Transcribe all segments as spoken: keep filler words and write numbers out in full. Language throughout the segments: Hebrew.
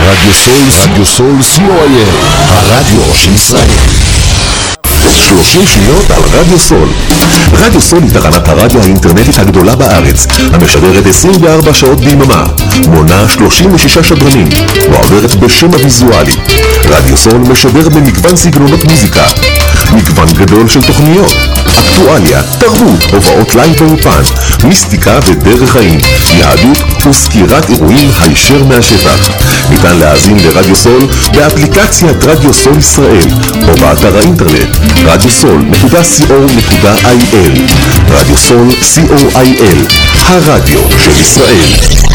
רדיו סול, רדיו סול, סי או איי אל, הרדיו של ישראל. שלושים שניות על רדיו סול. רדיו סול היא תחנת הרדיו האינטרנטית הגדולה בארץ, המשדרת עשרים וארבע שעות ביממה, מונה שלושים ושישה שדרנים, ועוברת בשם הוויזואלי. רדיו סול משדר במגוון סגנונות מוזיקה, מגוון גדול של תוכניות, אקטואליה, תרבות, הובאות לייב ואופן, מיסטיקה ודרך חיים, יהדות וסקירת אירועים הישר מהשטח. ניתן להאזין לרדיו סול באפליקציית רדיו סול ישראל או באתר האינטרנט רדיו סול נקודה סי או נקודה איי אל. רדיו סול סי או איי אל, הרדיו של ישראל.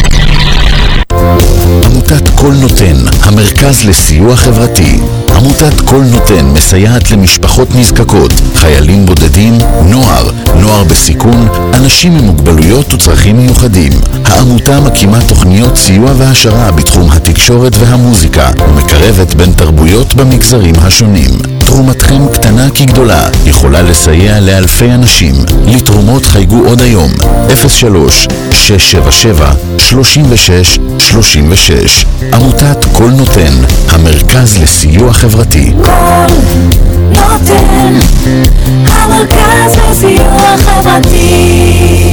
עמותת כל נותן, המרכז לסיוע חברתי. עמותת כל נותן מסייעת למשפחות נזקקות, חיילים בודדים, נוער, נוער בסיכון, אנשים עם מוגבלויות וצרכים מיוחדים. העמותה מקימה תוכניות סיוע והשרה בתחום התקשורת והמוזיקה ומקרבת בין תרבויות במגזרים השונים. תרומתכם קטנה כגדולה, יכולה לסייע לאלפי אנשים. לתרומות חייגו עוד היום אפס שלוש שש שבע שבע שלוש שש שלוש שש. עמותת כל נותן, המרכז לסיוע חברתי. כל נותן, המרכז לסיוע חברתי.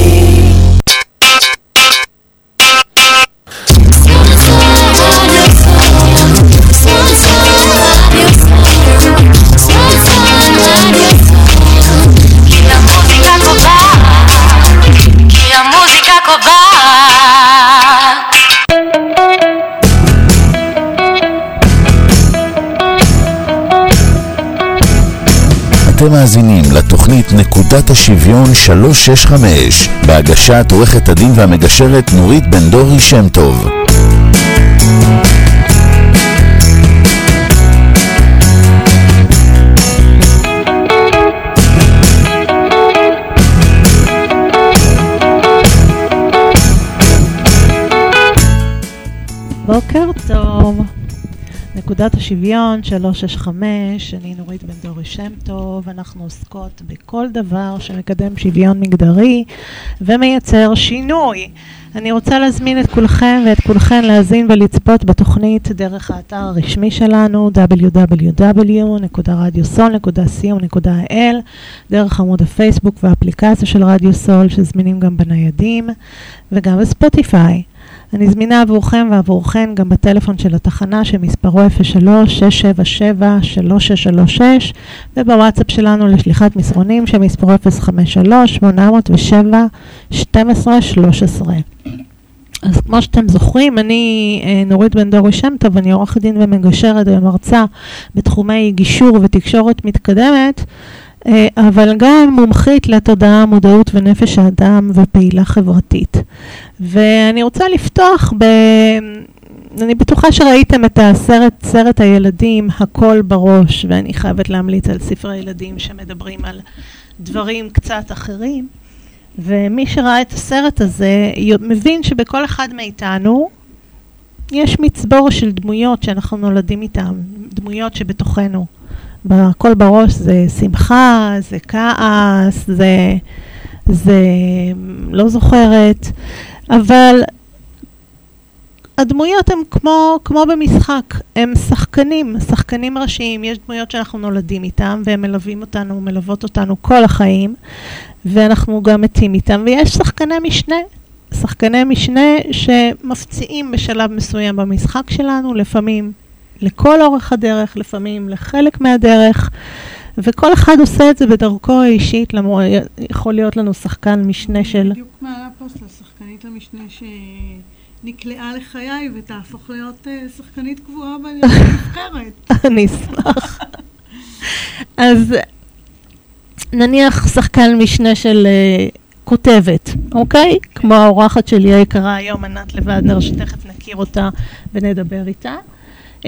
אתם מאזינים לתוכנית נקודת השוויון שלוש שש חמש בהגשת עורכת הדין והמגשרת נורית בן דורי שם טוב. בוקר טוב. נקודת השוויון שלוש שש חמש, אני נורית בן דורי שם טוב. אנחנו עוסקות בכל דבר שמקדם שוויון מגדרי ומייצר שינוי. אני רוצה להזמין את כולכם ואת כולכן להזין ולצפות בתוכנית דרך האתר הרשמי שלנו דאבליו דאבליו דאבליו נקודה רדיו סול נקודה סי או נקודה איי אל, דרך עמוד הפייסבוק והאפליקציה של רדיו סול שזמינים גם בניידים וגם בספוטיפיי. אני זמינה עבורכם ועבורכן גם בטלפון של התחנה שמספרו אפס שלוש שש שבע שבע שלוש שש שלוש שש ובוואטסאפ שלנו לשליחת מסרונים שמספרו אפס חמש שלוש שמונה אפס שבע שתים עשרה שלוש עשרה. אז כמו שאתם זוכרים, אני נורית בן דורי שם טוב, אני עורכת דין ומגשרת ומרצה בתחומי גישור ותקשורת מתקדמת, אבל גם מומחית לתודעה, מודעות ונפש האדם ופעילה חברתית. ואני רוצה לפתוח ב... אני בטוחה שראיתם את הסרט, סרט הילדים, הכל בראש, ואני חייבת להמליץ על ספרי ילדים שמדברים על דברים קצת אחרים. ומי שראה את הסרט הזה מבין שבכל אחד מאיתנו יש מצבור של דמויות שאנחנו נולדים איתם, דמויות שבתוכנו. בכל בראש זה שמחה, זה כעס, זה, זה לא זוכרת, אבל הדמויות הן כמו, כמו במשחק, הם שחקנים, שחקנים ראשיים. יש דמויות שאנחנו נולדים איתם והם מלווים אותנו, מלוות אותנו כל החיים, ואנחנו גם מתים איתם, ויש שחקני משנה, שחקני משנה שמפציעים בשלב מסוים במשחק שלנו, לפעמים לכל אורך הדרך, לפעמים לחלק מהדרך, וכל אחד עושה את זה בדרכו האישית. למור... יכול להיות לנו שחקן משנה של... בדיוק מעלה פוסט לשחקנית המשנה שנקלעה לחיי ותהפוך להיות שחקנית קבועה בנבחרת. אני אשמח. אז נניח שחקן משנה של uh, כותבת, אוקיי? כמו האורחת שלי היקרה היום, ענת לבדנר, שתכף נכיר אותה ונדבר איתה. Uh,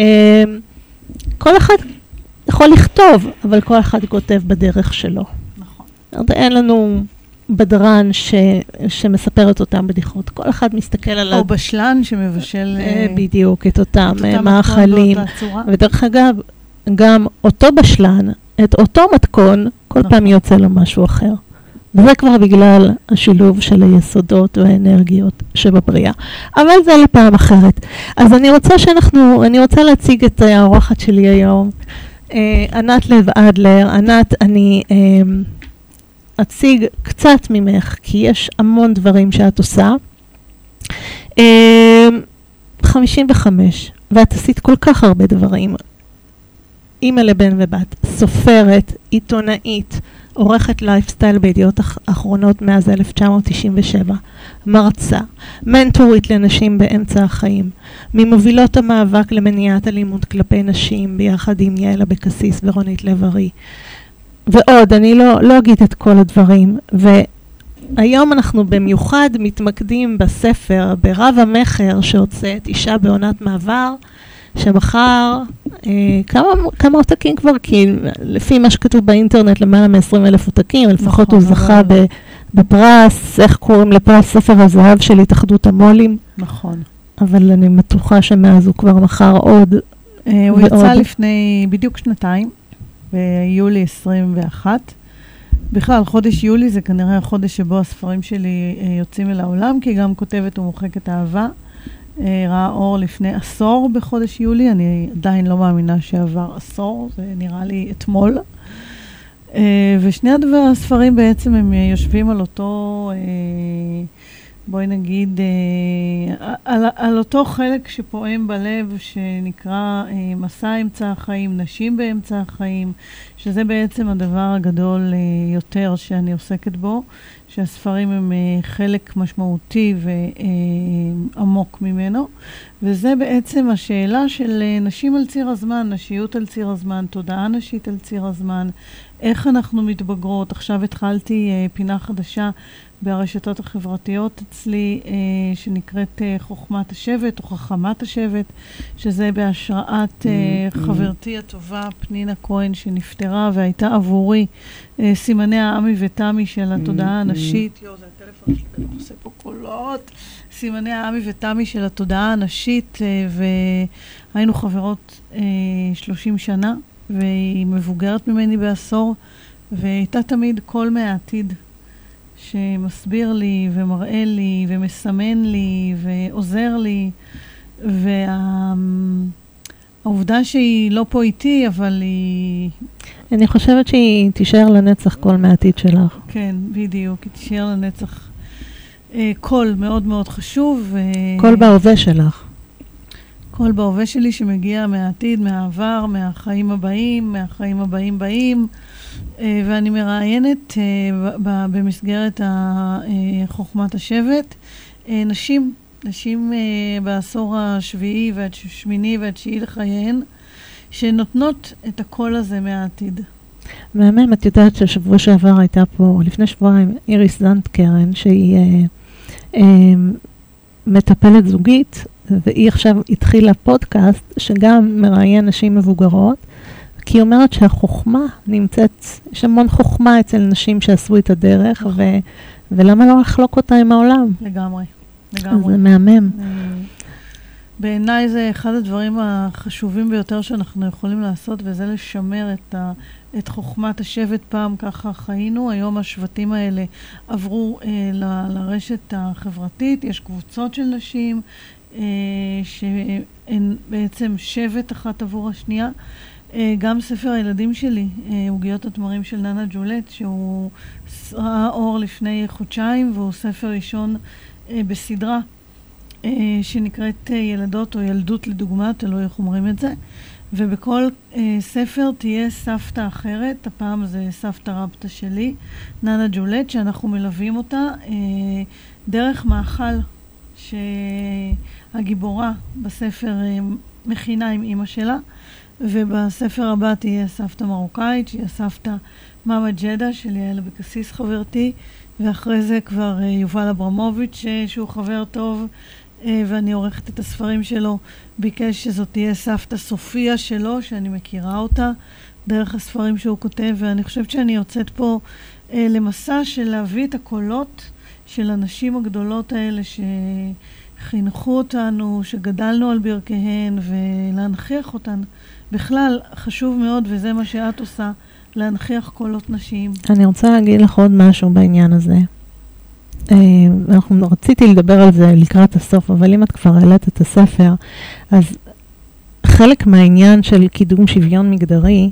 כל אחד יכול לכתוב, אבל כל אחד כותב בדרך שלו. נכון. אין לנו בדרן ש, שמספר את אותם בדיחות. כל אחד מסתכל על... או בשלן שמבשל... Uh, בדיוק, את אותם, את אותם מאכלים. ודרך אגב, גם אותו בשלן, את אותו מתכון, כל נכון. פעם יוצא לו משהו אחר. וזה כבר בגלל השילוב של היסודות והאנרגיות שבבריאה. אבל זה לפעם אחרת. אז אני רוצה שאנחנו, אני רוצה להציג את האורחת שלי היום. אה, ענת לב אדלר. ענת, אני אה, אציג קצת ממך, כי יש המון דברים שאת עושה. אה, חמישים וחמש, ואת עשית כל כך הרבה דברים. אימא לבן ובת, סופרת, עיתונאית, עורכת לייפסטייל בידיעות אחרונות מאז אלף תשע מאות תשעים ושבע, מרצה, מנטורית לנשים באמצע החיים, ממובילות המאבק למניעת אלימות כלפי נשים ביחד עם יעל אבקסיס ורונית לב-ארי. ועוד, אני לא, לא אגיד את כל הדברים, והיום אנחנו במיוחד מתמקדים בספר, ברב המחר שהוצאת אישה בעונת מעבר, שמחר, אה, כמה, כמה עותקים כבר, כי לפי מה שכתוב באינטרנט, למעלה מ-עשרים אלף עותקים, לפחות נכון, הוא זכה ב, בפרס, איך קוראים לפרס ספר הזהב של התאחדות המו"לים. נכון. אבל אני בטוחה שמאז הוא כבר מחר עוד אה, הוא יצא לפני בדיוק שנתיים, ביולי עשרים ואחת. בכלל, חודש יולי זה כנראה החודש שבו הספרים שלי אה, יוצאים אל העולם, כי גם כותבת ומוחקת אהבה. ראה אור לפני עשור בחודש יולי, אני עדיין לא מאמינה שעבר עשור, זה נראה לי אתמול. ושני הספרים בעצם הם יושבים על אותו, בואי נגיד, על, על אותו חלק שפועם בלב שנקרא מסע אמצע החיים, נשים באמצע החיים, שזה בעצם הדבר הגדול יותר שאני עוסקת בו, שהספרים הם חלק משמעותי ועמוק ממנו, וזה בעצם השאלה של נשים על ציר הזמן, נשיות על ציר הזמן, תודעה נשית על ציר הזמן, איך אנחנו מתבגרות. עכשיו התחלתי פינה חדשה ברשתות החברתיות אצלי, שנקראת חוכמת השבט או חכמת השבט, שזה בהשראת חברתי הטובה פנינה כהן שנפטרה והייתה עבורי סימני העמי ותמי של התודעה הנשית. יו, זה הטלפון שלי, אני עושה פה קולות. סימני העמי ותמי של התודעה הנשית, והיינו חברות שלושים שנה, והיא מבוגרת ממני בעשור, והייתה תמיד קול מהעתיד שמסביר לי ומראה לי ומסמן לי ועוזר לי, והעובדה שהיא לא פה איתי, אבל היא... אני חושבת שהיא תישאר לנצח קול מהעתיד שלך. כן, בדיוק, היא תישאר לנצח אה, קול מאוד מאוד חשוב. ו... קול בהווה שלך. קול בהווה שלי שמגיע מהעתיד, מהעבר, מהחיים הבאים, מהחיים הבאים באים, אה, ואני מראיינת אה, ב- במסגרת ה- אה, חוכמת השבט, אה, נשים, נשים אה, בעשור השביעי והשמיני והתשיעי לחייהן, שנותנות את הקול הזה מהעתיד. מהמם, את יודעת ששבוע שעבר הייתה פה, לפני שבועיים, איריס זנט קרן, שהיא אה, אה, מטפלת זוגית, והיא עכשיו התחילה פודקאסט שגם מראיין נשים מבוגרות, כי היא אומרת שהחוכמה נמצאת, יש המון חוכמה אצל נשים שעשו את הדרך, ו, ולמה לא לחלוק אותה עם העולם? לגמרי, לגמרי. זה מהמם. בעיניי זה אחד הדברים החשובים ביותר שאנחנו יכולים לעשות, וזה לשמר את, ה, את חוכמת השבט. פעם ככה חיינו, היום השבטים האלה עברו אה, ל, לרשת החברתית, יש קבוצות של נשים אה, שהן בעצם שבט אחת עבור השנייה. אה, גם ספר הילדים שלי, אה, עוגיות התמרים של ננה ג'ולט, שהוא ראה אור לפני חודשיים, והוא ספר ראשון אה, בסדרה. שנקראת ילדות או ילדות לדוגמה, תלוי איך אומרים את זה, ובכל אה, ספר תהיה סבתא אחרת, הפעם זה סבתא רבתא שלי, ננה ג'ולט, שאנחנו מלווים אותה אה, דרך מאכל שהגיבורה בספר אה, מכינה עם אמא שלה, ובספר הבא תהיה סבתא מרוקאית, שהיא הסבתא מאמה ג'דה של יעל אבקסיס חברתי, ואחרי זה כבר אה, יובל אברמוביץ' שהוא חבר טוב, ואני עורכת את הספרים שלו, ביקש שזאת תהיה סבתא סופיה שלו, שאני מכירה אותה דרך הספרים שהוא כותב, ואני חושבת שאני יוצאת פה אה, למסע של להביא את הקולות של הנשים הגדולות האלה שחינכו אותנו, שגדלנו על ברכיהן, ולהנכיח אותן. בכלל חשוב מאוד, וזה מה שאת עושה, להנכיח קולות נשיים. אני רוצה להגיד לך עוד משהו בעניין הזה. אנחנו רציתי לדבר על זה לקראת הסוף, אבל אם את כבר העלית את הספר, אז חלק מהעניין של קידום שוויון מגדרי,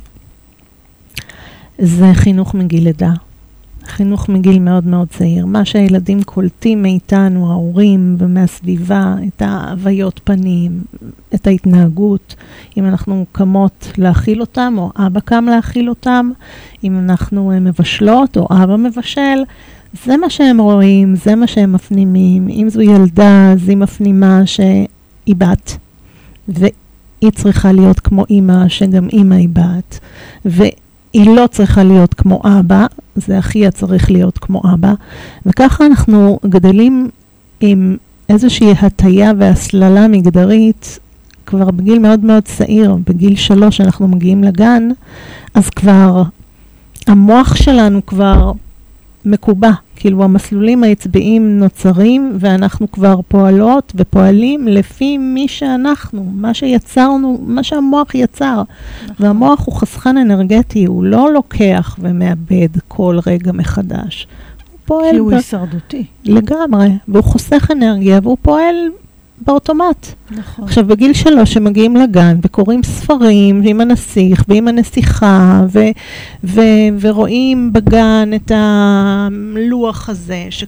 זה חינוך מגיל לידה. חינוך מגיל מאוד מאוד צעיר. מה שהילדים קולטים מאיתנו, ההורים ומהסביבה, את ההוויות פנים, את ההתנהגות, אם אנחנו קמות להכיל אותם, או אבא קם להכיל אותם, אם אנחנו מבשלות, או אבא מבשל, זה מה שהם רואים, זה מה שהם מפנימים. אם זו ילדה, אז היא מפנימה שהיא בת, והיא צריכה להיות כמו אמא, שגם אמא היא בת, והיא לא צריכה להיות כמו אבא, זה אחיה צריך להיות כמו אבא, וככה אנחנו גדלים עם איזושהי הטיה והסללה מגדרית, כבר בגיל מאוד מאוד צעיר, בגיל שלוש אנחנו מגיעים לגן, אז כבר המוח שלנו כבר מקובע, כאילו המסלולים העצביים נוצרים, ואנחנו כבר פועלות ופועלים לפי מי שאנחנו, מה שיצרנו, מה שהמוח יצר. נכון. והמוח הוא חסכן אנרגטי, הוא לא לוקח ומאבד כל רגע מחדש. הוא פועל... כי הוא הישרדותי. לגמרי, והוא חוסך אנרגיה, והוא פועל באוטומט. נכון. עכשיו, בגיל שלוש שמגיעים לגן וקוראים ספרים עם הנסיך ועם הנסיכה ו- ו- ורואים בגן את הלוח הזה ש-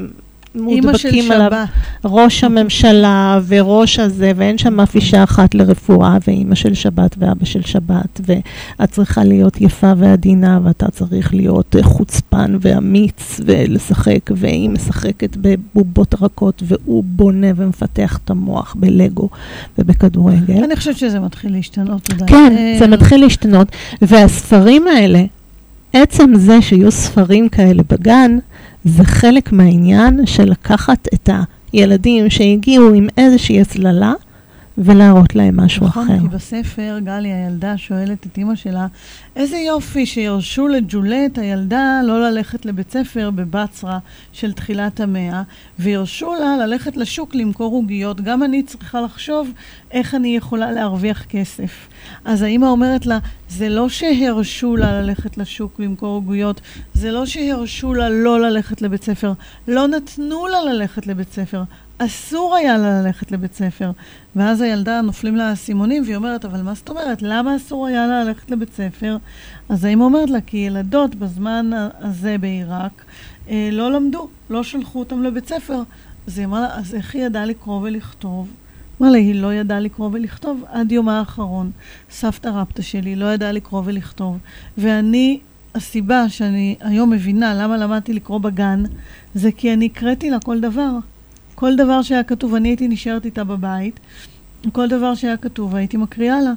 שמודבקים עליו ראש הממשלה וראש הזה, ואין שם אף אישה אחת לרפואה, ואמא של שבת ואבא של שבת, ואת צריכה להיות יפה ועדינה, ואתה צריך להיות חוצפן ואמיץ ולשחק, והיא משחקת בבובות רכות, והוא בונה ומפתח את המוח בלגו ובכדורגל. אני חושבת שזה מתחיל להשתנות. כן, זה מתחיל להשתנות, והספרים האלה, עצם זה שיהיו ספרים כאלה בגן, זה חלק מהעניין של לקחת את הילדים שהגיעו עם איזושהי הסללה, ולהראות להם משהו נכון, אחר. כי בספר גלי הילדה שואלת את אמא שלה, איזה יופי שירשו לג'ולט הילדה לא ללכת לבית ספר בבצרה של תחילת המאה, וירשו לה ללכת לשוק למכור עוגיות. גם אני צריכה לחשוב איך אני יכולה להרוויח כסף. אז האמא אומרת לה, זה לא שהרשו לה ללכת לשוק למכור עוגיות, זה לא שהרשו לה לא ללכת לבית ספר, לא נתנו לה ללכת לבית ספר. אסור היה לה ללכת לבית ספר. ואז הילדה נופלים לה הסימונים, והיא אומרת, אבל מה זאת אומרת? למה אסור היה לה ללכת לבית ספר? אז האמא אומרת לה, כי ילדות בזמן הזה בעיראק אה, לא למדו, לא שלחו אותם לבית ספר. אז היא אמרה לה, אז איך היא ידעה לקרוא ולכתוב? אמרה לה, היא לא ידעה לקרוא ולכתוב עד יומה האחרון. סבתא רבתא שלי לא ידעה לקרוא ולכתוב. ואני, הסיבה שאני היום מבינה למה למדתי לקרוא בגן, זה כי אני הקראתי לה כל דבר. כל דבר שהיה כתוב, אני הייתי נשארת איתה בבית, כל דבר שהיה כתוב, הייתי מקריאה לה.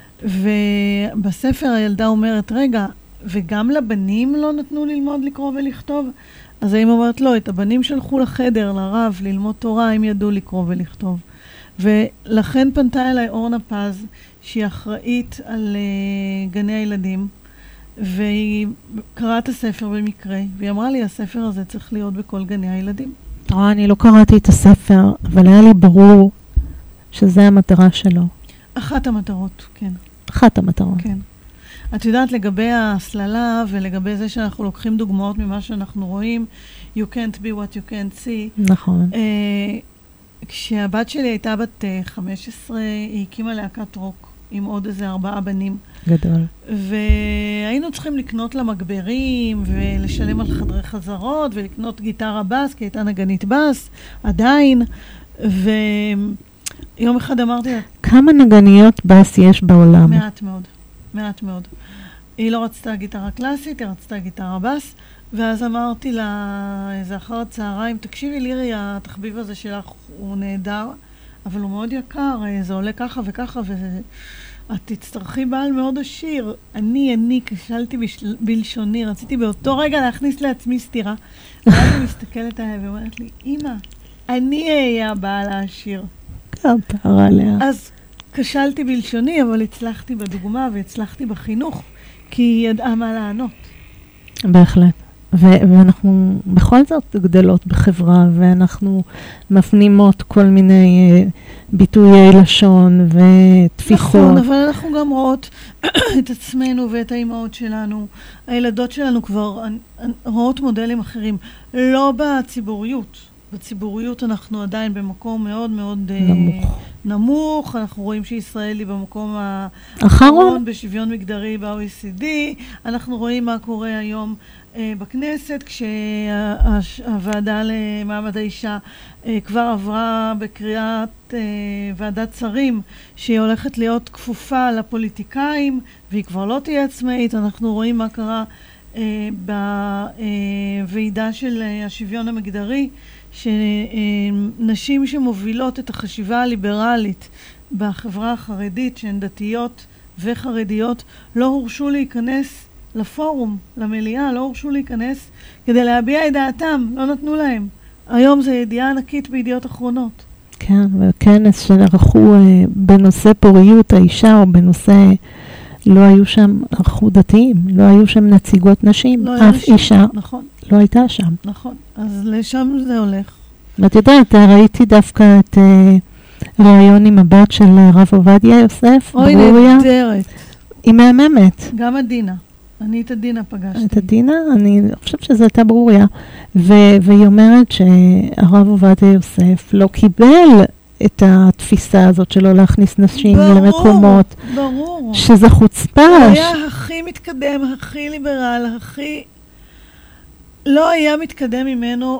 ובספר הילדה אומרת, רגע, וגם לבנים לא נתנו ללמוד לקרוא ולכתוב? אז האמא אומרת, לא, את הבנים שלחו לחדר, לרב, ללמוד תורה, הם ידעו לקרוא ולכתוב. ולכן פנתה אליי אורנה פז, שהיא אחראית על uh, גני הילדים, והיא קראה את הספר במקרה, והיא אמרה לי, הספר הזה צריך להיות בכל גני הילדים. תראה, אני לא קראתי את הספר, אבל היה לי ברור שזה המטרה שלו. אחת המטרות, כן. אחת המטרות. כן. את יודעת, לגבי הסללה ולגבי זה שאנחנו לוקחים דוגמאות ממה שאנחנו רואים, you can't be what you can't see. נכון. Uh, כשהבת שלי הייתה בת uh, חמש עשרה, היא הקימה להקת רוק עם עוד איזה ארבעה בנים. גדול. והיינו צריכים לקנות לה מגברים ולשלם על חדרי חזרות ולקנות גיטרה בס, כי הייתה נגנית בס, עדיין. ויום אחד אמרתי לה... כמה נגניות בס יש בעולם? מעט מאוד, מעט מאוד. היא לא רצתה גיטרה קלאסית, היא רצתה גיטרה בס, ואז אמרתי לה איזה אחר הצהריים, תקשיבי לירי, התחביב הזה שלך הוא נהדר, אבל הוא מאוד יקר, זה עולה ככה וככה, ואת תצטרכי בעל מאוד עשיר. אני, אני, כשלתי בשל... בלשוני, רציתי באותו רגע להכניס לעצמי סתירה. ואז היא מסתכלת עליי ואומרת לי, אמא, אני אהיה הבעל העשיר. כפרה עליה. אז כשלתי בלשוני, אבל הצלחתי בדוגמה והצלחתי בחינוך, כי היא ידעה מה לענות. בהחלט. ו- ואנחנו בכל זאת גדלות בחברה, ואנחנו מפנימות כל מיני uh, ביטויי לשון ותפיחות. נכון, אבל אנחנו גם רואות את עצמנו ואת האימהות שלנו. הילדות שלנו כבר רואות מודלים אחרים, לא בציבוריות. בציבוריות אנחנו עדיין במקום מאוד מאוד נמוך. Uh, נמוך. אנחנו רואים שישראל היא במקום האחרון בשוויון מגדרי ב-או אי סי די. אנחנו רואים מה קורה היום uh, בכנסת, כשהוועדה למעמד האישה uh, כבר עברה בקריאת uh, ועדת שרים, שהיא הולכת להיות כפופה לפוליטיקאים, והיא כבר לא תהיה עצמאית. אנחנו רואים מה קרה uh, בוועידה של uh, השוויון המגדרי, שנשים שמובילות את החשיבה הליברלית בחברה החרדית, שהן דתיות וחרדיות, לא הורשו להיכנס לפורום, למליאה, לא הורשו להיכנס כדי להביע את דעתם, לא נתנו להם. היום זה ידיעה ענקית בידיעות אחרונות. כן, וכנס שנערכו בנושא פוריות האישה, או בנושא, לא היו שם, ערכו דתיים, לא היו שם נציגות נשים, לא אף אישה. נכון. לא הייתה שם. נכון, אז לשם זה הולך. ואת יודעת, ראיתי דווקא את uh, ראיון עם הבת של הרב עובדיה יוסף, אוי, ברוריה. נהדרת. היא מהממת. גם עדינה. אני את עדינה פגשתי. את עדינה? אני חושבת שזו הייתה ברוריה. ו- והיא אומרת שהרב עובדיה יוסף לא קיבל את התפיסה הזאת שלו להכניס נשים ברור, למקומות. ברור. שזה חוצפה. הוא היה הכי מתקדם, הכי ליברל, הכי... לא היה מתקדם ממנו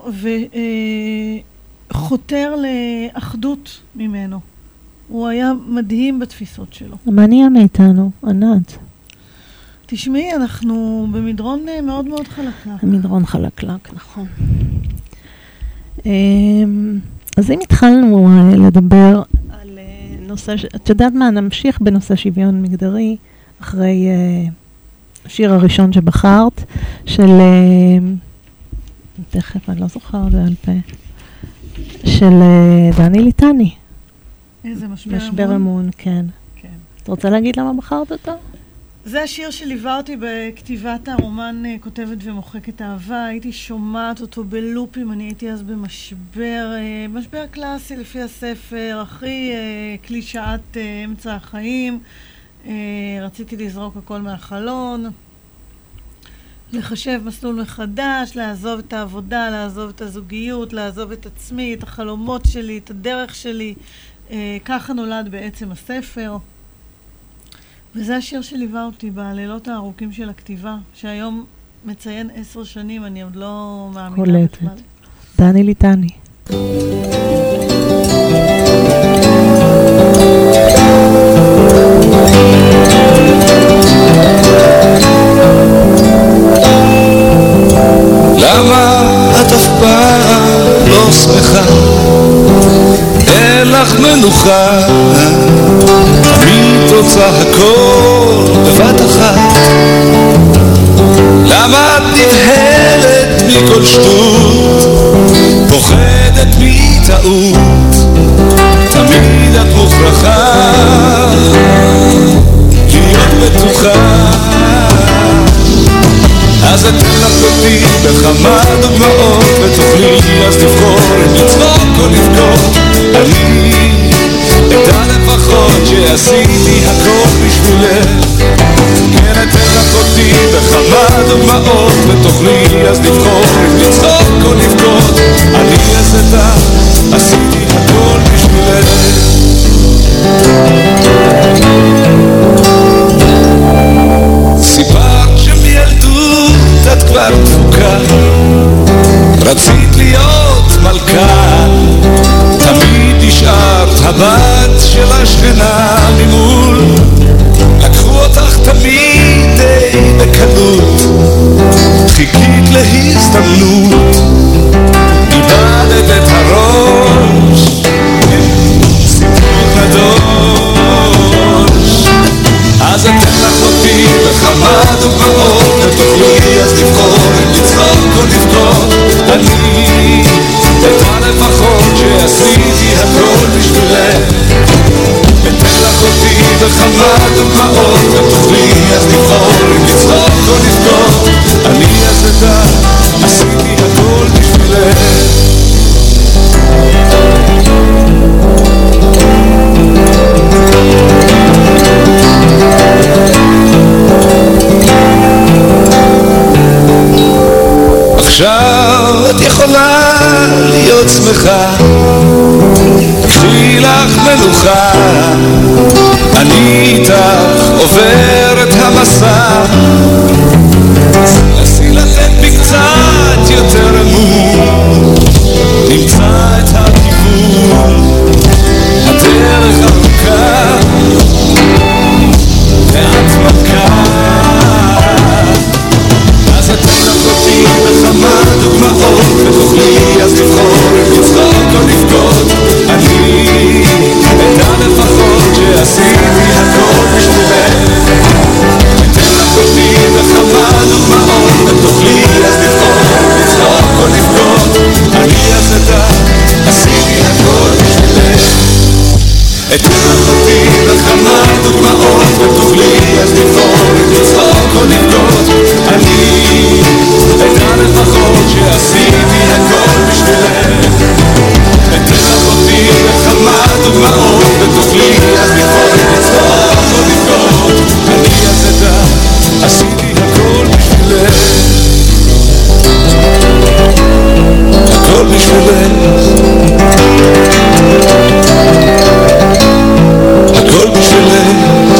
וחותר לאחדות ממנו. הוא היה מדהים בתפיסות שלו. מה נהיה מאיתנו, ענת? תשמעי, אנחנו במדרון מאוד מאוד חלקלק. מדרון חלקלק, נכון. אז אם התחלנו לדבר על נושא, את יודעת מה, נמשיך בנושא שוויון מגדרי, אחרי השיר הראשון שבחרת, של... תכף, אני לא זוכרת בעל פה, של דני ליטני. איזה משבר, משבר אמון. אמון, כן. כן. את רוצה להגיד למה בחרת אותו? זה השיר שליווה אותי בכתיבת הרומן כותבת ומוחקת אהבה. הייתי שומעת אותו בלופים, אני הייתי אז במשבר, משבר קלאסי לפי הספר, הכי קלישאת אמצע החיים. רציתי לזרוק הכל מהחלון. לחשב מסלול מחדש, לעזוב את העבודה, לעזוב את הזוגיות, לעזוב את עצמי, את החלומות שלי, את הדרך שלי. אה, ככה נולד בעצם הספר. וזה השיר שליווה אותי בלילות הארוכים של הכתיבה, שהיום מציין עשר שנים, אני עוד לא מאמינה. קולטת. דני ליטני. למה את אף פעם לא שמחה? אין לך מנוחה, תמיד רוצה הכל בבת אחת. למה את נבהלת מכל שטות, פוחדת מטעות? תמיד את מוכרחה להיות בטוחה. אז אתן לך אותי בכמה דוגמאות ותוכלי אז לבחור אם לצחוק או לבכות. אני אדע לפחות שעשיתי הכל בשבילך. כן, אתן לך אותי בכמה דוגמאות ותוכלי אז לבחור אם לצחוק או לבכות. אני אז אדע עשיתי הכל בשבילך. סיפרת שמילדות את כבר דפוקה, רצית להיות מלכה, תמיד נשארת הבת של השכנה ממול. לקחו אותך תמיד די בקלות, חיכית להזדמנות, דיברת עכשיו את יכולה להיות שמחה, קחי לך מנוחה, אני איתך עובר את המסע, נסי לתת בי קצת יותר אמון, נמצא את הכיוון, הדרך ארוכה ואת מכה, אז אתן לך אותי בכמה דוגמאות ותוכלי אז לבחור אם לצחוק או לבכות, אני אדע לפחות שעשיתי הכל בשבילך, אתן לך אותי בכמה דוגמאות ותוכלי אז לבחור אם לצחוק או לבכות, אני אז אדע עשיתי הכל בשבילך, אתן לך אותי בכמה דוגמאות ותוכלי אז לבחור אם לצחוק או לבכות, אני אדע לפחות שעשיתי הכל בשבילך, אתן לך אותי בכמה דוגמאות ותוכלי אז לבחור אם לצחוק או לבכות, אני אז אדע עשיתי הכל בשבילך, הכל בשבילך, הכל בשבילך,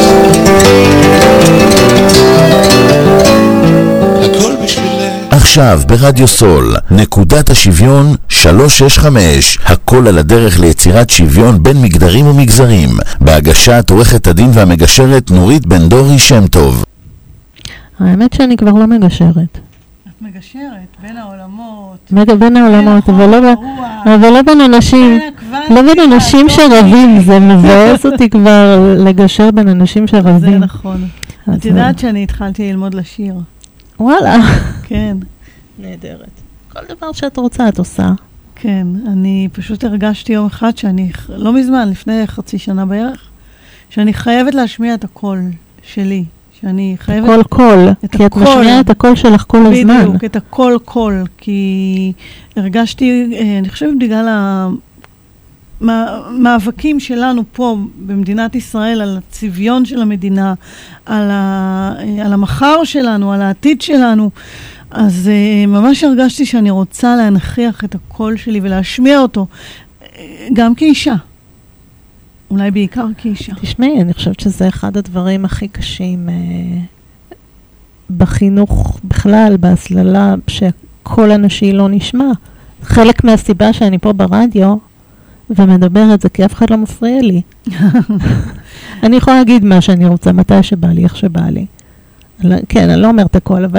הכל בשבילך. עכשיו ברדיו סול, נקודת השוויון שלוש שש חמש, הכל על הדרך ליצירת שוויון בין מגדרים ומגזרים, בהגשת עורכת הדין והמגשרת נורית בן דורי שם טוב. האמת שאני כבר לא מגשרת. את מגשרת בין העולמות. בין העולמות, אבל לא, אבל לא בין אנשים, לא בין אנשים שרבים, זה מבאס אותי כבר לגשר בין אנשים שרבים. זה נכון. את יודעת שאני התחלתי ללמוד לשיר. וואלה. כן. נהדרת. כל דבר שאת רוצה את עושה. כן, אני פשוט הרגשתי יום אחד שאני, לא מזמן, לפני חצי שנה בערך, שאני חייבת להשמיע את הקול שלי. שאני חייבת... הכל קול, כי את משמיעה את הקול שלך כל הזמן. בדיוק, את הכל קול, כי הרגשתי, אני חושבת בגלל המאבקים שלנו פה במדינת ישראל, על הצביון של המדינה, על, ה, על המחר שלנו, על העתיד שלנו, אז ממש הרגשתי שאני רוצה להנכיח את הקול שלי ולהשמיע אותו, גם כאישה. אולי בעיקר כאישה. תשמעי, אני חושבת שזה אחד הדברים הכי קשים אה, בחינוך בכלל, בהסללה, שהכל אנשי לא נשמע. חלק מהסיבה שאני פה ברדיו ומדברת זה כי אף אחד לא מפריע לי. אני יכולה להגיד מה שאני רוצה, מתי שבא לי, איך שבא לי. כן, אני לא אומרת הכל, אבל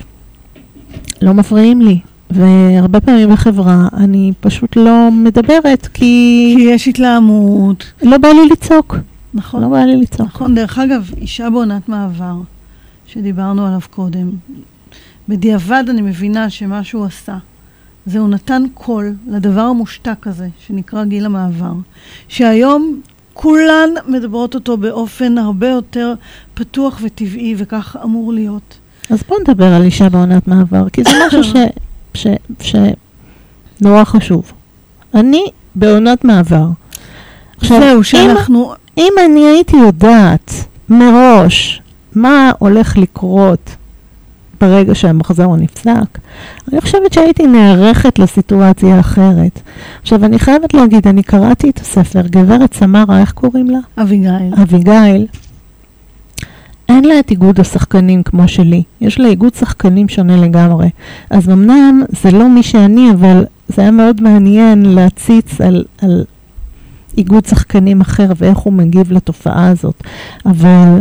לא מפריעים לי. והרבה פעמים בחברה אני פשוט לא מדברת כי... כי יש התלהמות. לא בא לי לצעוק. נכון. לא בא לי לצעוק. נכון, דרך אגב, אישה בעונת מעבר, שדיברנו עליו קודם, בדיעבד אני מבינה שמה שהוא עשה, זה הוא נתן קול לדבר המושתק הזה, שנקרא גיל המעבר, שהיום כולן מדברות אותו באופן הרבה יותר פתוח וטבעי, וכך אמור להיות. אז בוא נדבר על אישה בעונת מעבר, כי זה משהו ש... ש... ש... נורא חשוב. אני בעונת מעבר. עכשיו, זהו, שאנחנו... אם, אם אני הייתי יודעת מראש מה הולך לקרות ברגע שהמחזור נפסק, אני חושבת שהייתי נערכת לסיטואציה אחרת. עכשיו, אני חייבת להגיד, אני קראתי את הספר, גברת סמרה, איך קוראים לה? אביגיל. אביגיל. אין לה את איגוד השחקנים כמו שלי. יש לה איגוד שחקנים שונה לגמרי. אז אמנם זה לא מי שאני, אבל זה היה מאוד מעניין להציץ על, על איגוד שחקנים אחר ואיך הוא מגיב לתופעה הזאת. אבל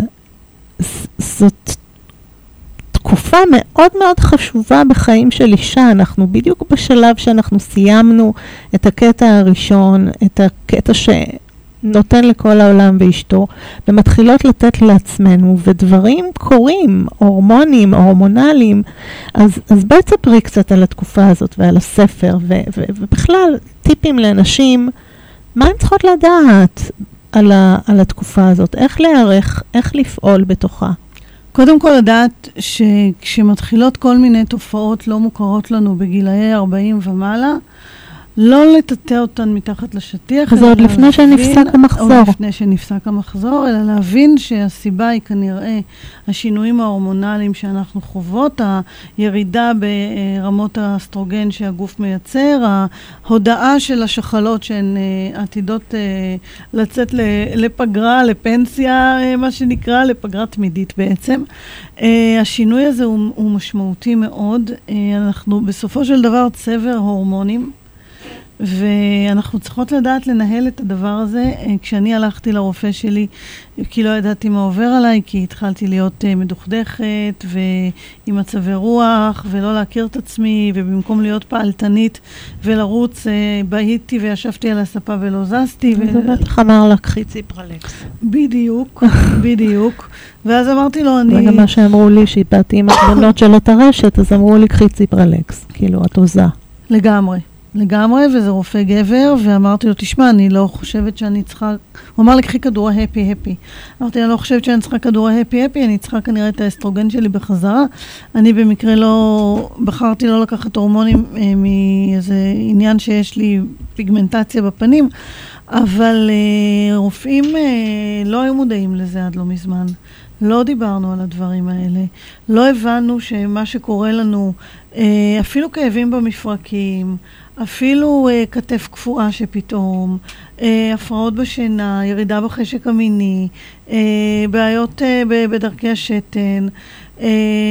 זאת תקופה מאוד מאוד חשובה בחיים של אישה. אנחנו בדיוק בשלב שאנחנו סיימנו את הקטע הראשון, את הקטע ש... נותן לכל העולם ואשתו, ומתחילות לתת לעצמנו, ודברים קורים, הורמונים, הורמונליים, אז, אז בואי תספרי קצת על התקופה הזאת ועל הספר, ו, ו, ובכלל טיפים לאנשים, מה הם צריכות לדעת על, ה, על התקופה הזאת, איך להיערך, איך לפעול בתוכה. קודם כל לדעת שכשמתחילות כל מיני תופעות לא מוכרות לנו בגילאי ארבעים ומעלה, לא לטאטא אותן מתחת לשטיח. זה עוד לפני שנפסק המחזור. עוד לפני שנפסק המחזור, אלא להבין שהסיבה היא כנראה השינויים ההורמונליים שאנחנו חוות, הירידה ברמות האסטרוגן שהגוף מייצר, ההודעה של השחלות שהן עתידות לצאת לפגרה, לפנסיה, מה שנקרא, לפגרה תמידית בעצם. השינוי הזה הוא, הוא משמעותי מאוד. אנחנו בסופו של דבר צבר הורמונים, ואנחנו צריכות לדעת לנהל את הדבר הזה. כשאני הלכתי לרופא שלי, כי לא ידעתי מה עובר עליי, כי התחלתי להיות מדוכדכת ועם מצבי רוח, ולא להכיר את עצמי, ובמקום להיות פעלתנית ולרוץ, בהיתי וישבתי על הספה ולא זזתי. זה בטח אמר לה, קחי ציפרלקס. בדיוק, בדיוק. ואז אמרתי לו, אני... וגם מה שאמרו לי, שהפעתי עם התמונות של את הרשת, אז אמרו לי, קחי ציפרלקס. כאילו, את עוזה. לגמרי. לגמרי, וזה רופא גבר, ואמרתי לו, תשמע, אני לא חושבת שאני צריכה... הוא אמר לי, קחי כדור הפי הפי. אמרתי, אני לא חושבת שאני צריכה כדור הפי הפי, אני צריכה כנראה את האסטרוגן שלי בחזרה. אני במקרה לא... בחרתי לא לקחת הורמונים אה, מאיזה עניין שיש לי פיגמנטציה בפנים, אבל אה, רופאים אה, לא היו מודעים לזה עד לא מזמן. לא דיברנו על הדברים האלה. לא הבנו שמה שקורה לנו, אה, אפילו כאבים במפרקים, אפילו uh, כתף קפואה שפתאום, uh, הפרעות בשינה, ירידה בחשק המיני, uh, בעיות uh, בדרכי השתן, uh,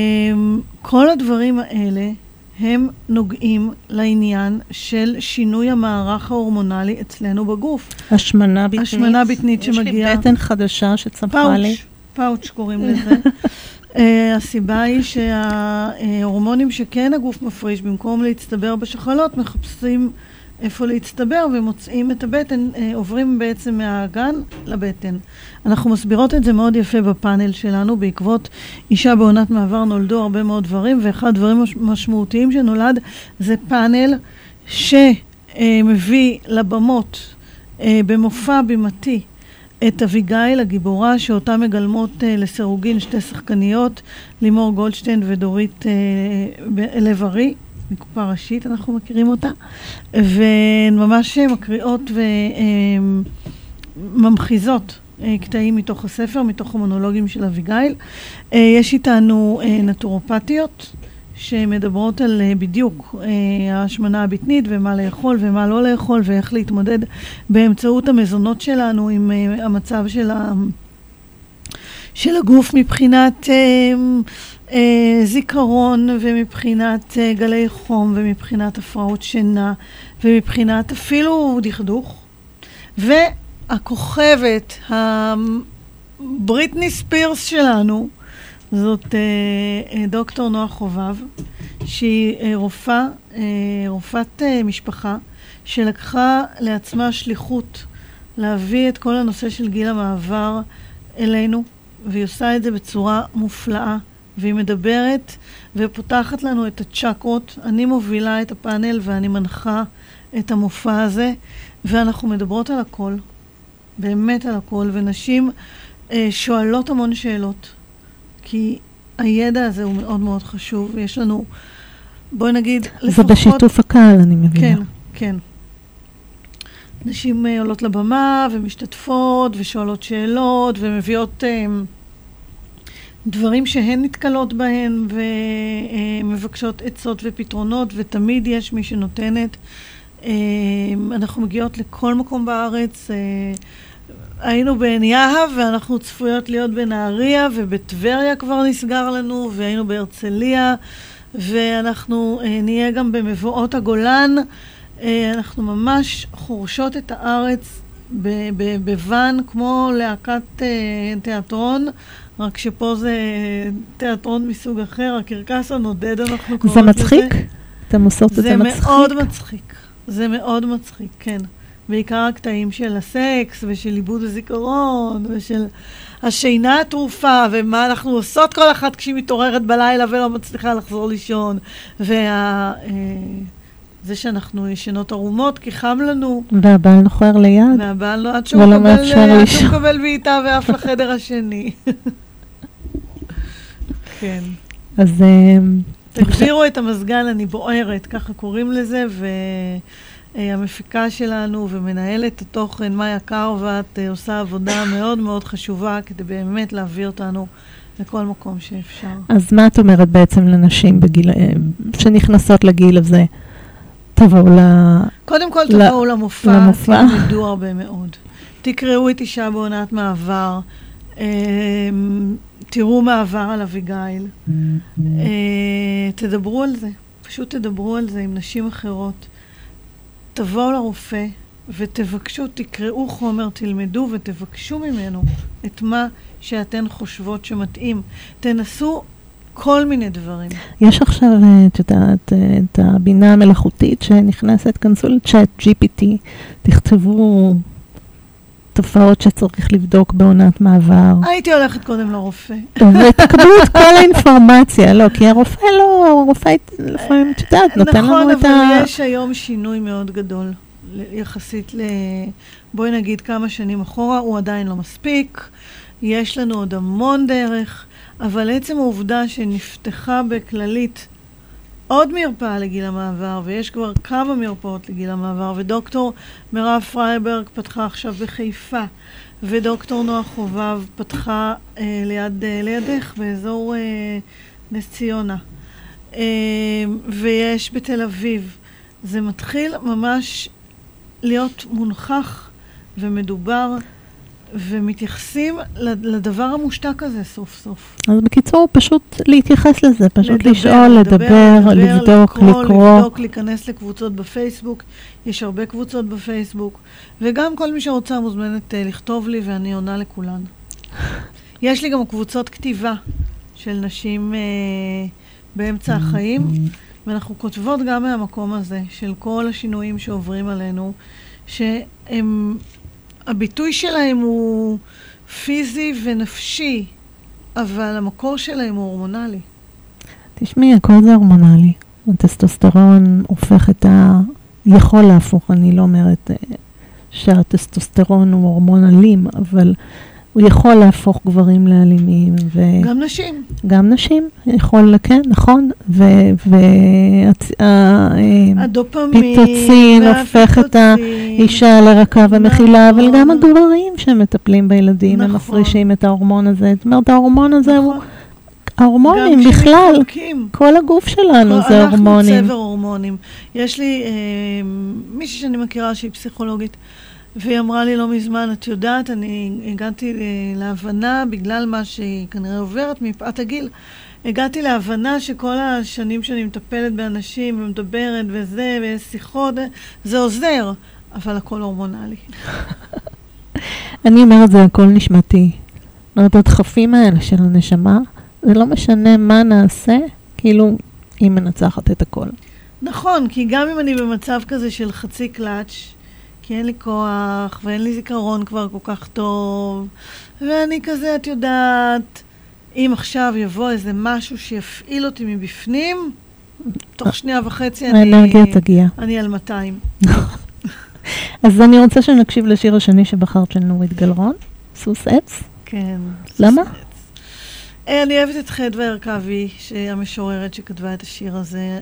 כל הדברים האלה הם נוגעים לעניין של שינוי המערך ההורמונלי אצלנו בגוף. השמנה בטנית. השמנה בטנית שמגיעה. יש לי בטן חדשה שצמחה לי. פאוץ' קוראים לזה. Uh, הסיבה היא שההורמונים שכן הגוף מפריש, במקום להצטבר בשחלות, מחפשים איפה להצטבר ומוצאים את הבטן, uh, עוברים בעצם מהאגן לבטן. אנחנו מסבירות את זה מאוד יפה בפאנל שלנו, בעקבות אישה בעונת מעבר נולדו הרבה מאוד דברים, ואחד הדברים משמעותיים שנולד זה פאנל שמביא לבמות uh, במופע בימתי, את אביגיל, הגיבורה, שאותה מגלמות uh, לסירוגין שתי שחקניות, לימור גולדשטיין ודורית uh, לב-ארי, מקופה ראשית, אנחנו מכירים אותה, וממש מקריאות וממחיזות uh, קטעים מתוך הספר, מתוך המונולוגים של אביגיל. Uh, יש איתנו uh, נטורופתיות, שמדברות על uh, בדיוק uh, ההשמנה הבטנית ומה לאכול ומה לא לאכול ואיך להתמודד באמצעות המזונות שלנו עם uh, המצב של, ה, של הגוף מבחינת uh, uh, זיכרון ומבחינת uh, גלי חום ומבחינת הפרעות שינה ומבחינת אפילו דכדוך. והכוכבת, הבריטני ספירס שלנו, זאת אה, דוקטור נועה חובב, שהיא אה, רופאה, אה, רופאת אה, משפחה, שלקחה לעצמה שליחות להביא את כל הנושא של גיל המעבר אלינו, והיא עושה את זה בצורה מופלאה, והיא מדברת ופותחת לנו את הצ'קרות. אני מובילה את הפאנל ואני מנחה את המופע הזה, ואנחנו מדברות על הכל, באמת על הכל, ונשים אה, שואלות המון שאלות. כי הידע הזה הוא מאוד מאוד חשוב, ויש לנו, בואי נגיד, לפחות... זה בשיתוף הקהל, אני מבינה. כן, כן. נשים עולות לבמה ומשתתפות ושואלות שאלות ומביאות um, דברים שהן נתקלות בהן ומבקשות עצות ופתרונות, ותמיד יש מי שנותנת. Um, אנחנו מגיעות לכל מקום בארץ, uh, היינו בעין יהב ואנחנו צפויות להיות בנהריה, ובטבריה כבר נסגר לנו, והיינו בהרצליה, ואנחנו אה, נהיה גם במבואות הגולן. אה, אנחנו ממש חורשות את הארץ בוון, כמו להקת אה, תיאטרון, רק שפה זה תיאטרון מסוג אחר, הקרקס הנודד אנחנו קוראות לזה. זה מצחיק? אתם עושות את זה מצחיק? זה מאוד מצחיק, זה מאוד מצחיק, כן. בעיקר הקטעים של הסקס ושל איבוד הזיכרון ושל השינה התרופה ומה אנחנו עושות כל אחת כשהיא מתעוררת בלילה ולא מצליחה לחזור לישון, וה... זה שאנחנו ישנות ערומות כי חם לנו. והבעל נוחר ליד. והבעל עד שהוא מקבל בעיטה ואף לחדר השני. כן. אז... תגבירו את המזגן, אני בוערת, ככה קוראים לזה, ו... המפיקה שלנו ומנהלת התוכן, מאיה קרבט, עושה עבודה מאוד מאוד חשובה כדי באמת להביא אותנו לכל מקום שאפשר. אז מה את אומרת בעצם לנשים בגיל, שנכנסות לגיל הזה? תבואו ל... קודם כל תבואו למופע, למופע. תלמדו הרבה מאוד. תקראו את אישה בעונת מעבר, תראו מעבר על אביגיל, תדברו על זה, פשוט תדברו על זה עם נשים אחרות. תבואו לרופא ותבקשו, תקראו חומר, תלמדו ותבקשו ממנו את מה שאתן חושבות שמתאים. תנסו כל מיני דברים. יש עכשיו, את יודעת, את הבינה המלאכותית שנכנסת, כנסו לצ'אט ג'י פי טי, תכתבו תופעות שצריך לבדוק בעונת מעבר. הייתי הולכת קודם לרופא. ותקבלו את כל האינפורמציה, לא, כי הרופא לא, הרופא לפעמים, את יודעת, נותן לנו את ה... נכון, אבל יש היום שינוי מאוד גדול, יחסית ל... בואי נגיד כמה שנים אחורה, הוא עדיין לא מספיק, יש לנו עוד המון דרך, אבל עצם העובדה שנפתחה בכללית עוד מרפאה לגיל המעבר, ויש כבר כמה מרפאות לגיל המעבר, ודוקטור מירב פרייברג פתחה עכשיו בחיפה, ודוקטור נועה חובב פתחה אה, ליד, אה, לידך, באזור אה, נס ציונה. אה, ויש בתל אביב. זה מתחיל ממש להיות מונחח ומדובר, ומתייחסים לדבר המושתק הזה סוף סוף. אז בקיצור, פשוט להתייחס לזה, פשוט לדבר, לשאול, לדבר, לדבר, לבדוק, לקרוא, לקרוא. לבדוק, להיכנס לקבוצות בפייסבוק, יש הרבה קבוצות בפייסבוק, וגם כל מי שרוצה מוזמנת uh, לכתוב לי, ואני עונה לכולן. יש לי גם קבוצות כתיבה של נשים uh, באמצע החיים, ואנחנו כותבות גם מהמקום הזה, של כל השינויים שעוברים עלינו, שהם... הביטוי שלהם הוא פיזי ונפשי, אבל המקור שלהם הוא הורמונלי. תשמעי, הכל זה הורמונלי. הטסטוסטרון הופך את ה... יכול להפוך, אני לא אומרת שהטסטוסטרון הוא הורמון אלים, אבל הוא יכול להפוך גברים לאלימים. ו... גם נשים. גם נשים, יכול, כן, נכון. ו... ו... הדופמין, הופך את האישה לרקה ומכילה, אבל גם הגברים שמטפלים בילדים, הם מפרישים את ההורמון הזה. זאת אומרת, ההורמון הזה הוא... ההורמונים בכלל, כל הגוף שלנו זה הורמונים. אנחנו צבר הורמונים. יש לי מישהי שאני מכירה שהיא פסיכולוגית, והיא אמרה לי לא מזמן, את יודעת, אני הגעתי להבנה, בגלל מה שהיא כנראה עוברת מפאת הגיל, הגעתי להבנה שכל השנים שאני מטפלת באנשים ומדברת וזה, ושיחות, זה עוזר, אבל הכל הורמונלי. אני אומרת, זה הכל נשמתי. זאת אומרת, הדחפים האלה של הנשמה, זה לא משנה מה נעשה, כאילו היא מנצחת את הכל. נכון, כי גם אם אני במצב כזה של חצי קלאץ', כי אין לי כוח, ואין לי זיכרון כבר כל כך טוב, ואני כזה, את יודעת, אם עכשיו יבוא איזה משהו שיפעיל אותי מבפנים, תוך שנייה וחצי אני... האנרגיה תגיע. אני על מאתיים. אז אני רוצה שנקשיב לשיר השני שבחרת של נורית גלרון, סוס עץ. כן. למה? אני אוהבת את חדווה הרכבי, המשוררת שכתבה את השיר הזה.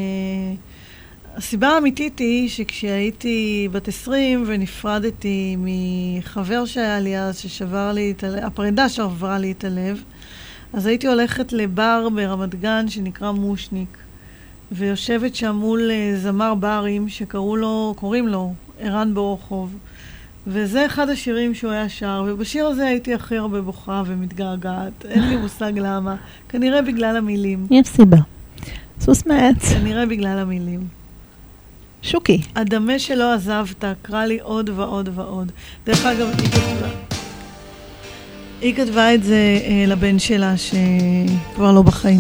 הסיבה האמיתית היא שכשהייתי בת עשרים ונפרדתי מחבר שהיה לי אז, ששבר לי את הלב, הפרידה שברה לי את הלב, אז הייתי הולכת לבר ברמת גן שנקרא מושניק, ויושבת שם מול זמר ברים שקראו לו, קוראים לו ערן ברוחוב, וזה אחד השירים שהוא היה שר, ובשיר הזה הייתי הכי הרבה בוכה ומתגעגעת. אין לי מושג למה. כנראה בגלל המילים. יש סיבה. סוס מעץ. כנראה בגלל המילים. שוקי. הדמה שלא עזבת, קרא לי עוד ועוד ועוד. דרך אגב, היא כתבה, היא כתבה את זה אה, לבן שלה שכבר לא בחיים.